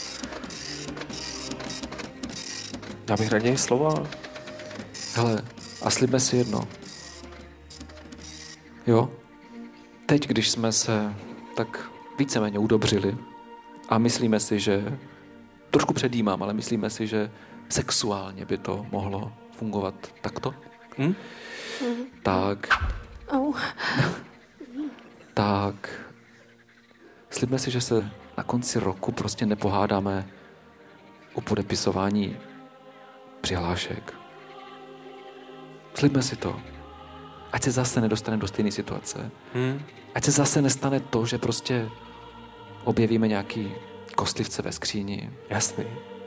Já bych raději slova. Hele, a slibme si jedno. Jo? Teď, když jsme se tak víceméně udobřili a myslíme si, že trošku předjímám, ale myslíme si, že sexuálně by to mohlo fungovat takto. Tak slibme si, že se na konci roku prostě nepohádáme o podepisování přihlášek. Slibme si to. Ať se zase nedostaneme do stejné situace. Ať se zase nestane to, že prostě objevíme nějaký kostlivce ve skříni. Jasný.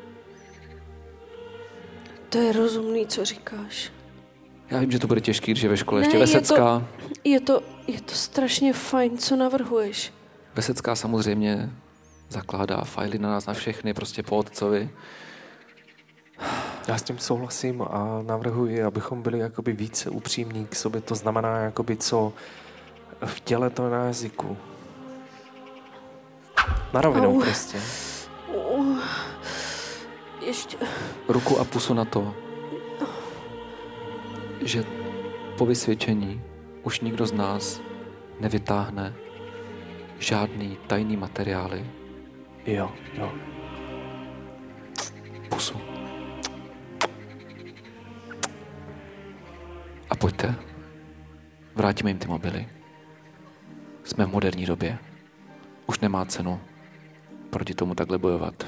To je rozumný, co říkáš. Já vím, že to bude těžký, když je ve škole ještě Vesecká. Je to strašně fajn, co navrhuješ. Vesecká samozřejmě zakládá fajly na nás, na všechny, prostě po otcovi. Já s tím souhlasím a navrhuji, abychom byli jakoby více upřímní k sobě. To znamená, jakoby co v těle, to na jazyku. Na rovinu prostě. Ještě. Ruku a pusu na to, že po vysvědčení už nikdo z nás nevytáhne žádný tajný materiály. Jo. Pusu. A pojďte. Vrátíme jim ty mobily. Jsme v moderní době. Už nemá cenu proti tomu takhle bojovat.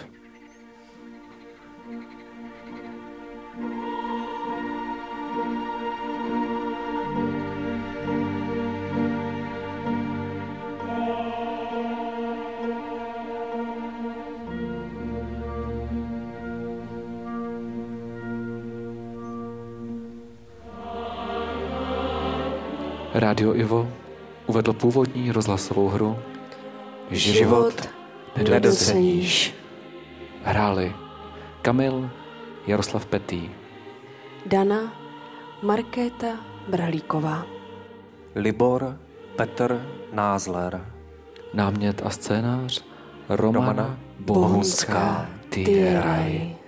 Rádio Ivo uvedlo původní rozhlasovou hru Život nedoceníš. Hráli Kamil, Jaroslav Petý, Dana Markéta Bralíková. Libor Petr Názler. námět a scénář Romana Bohunská Tyraj. Tyraj.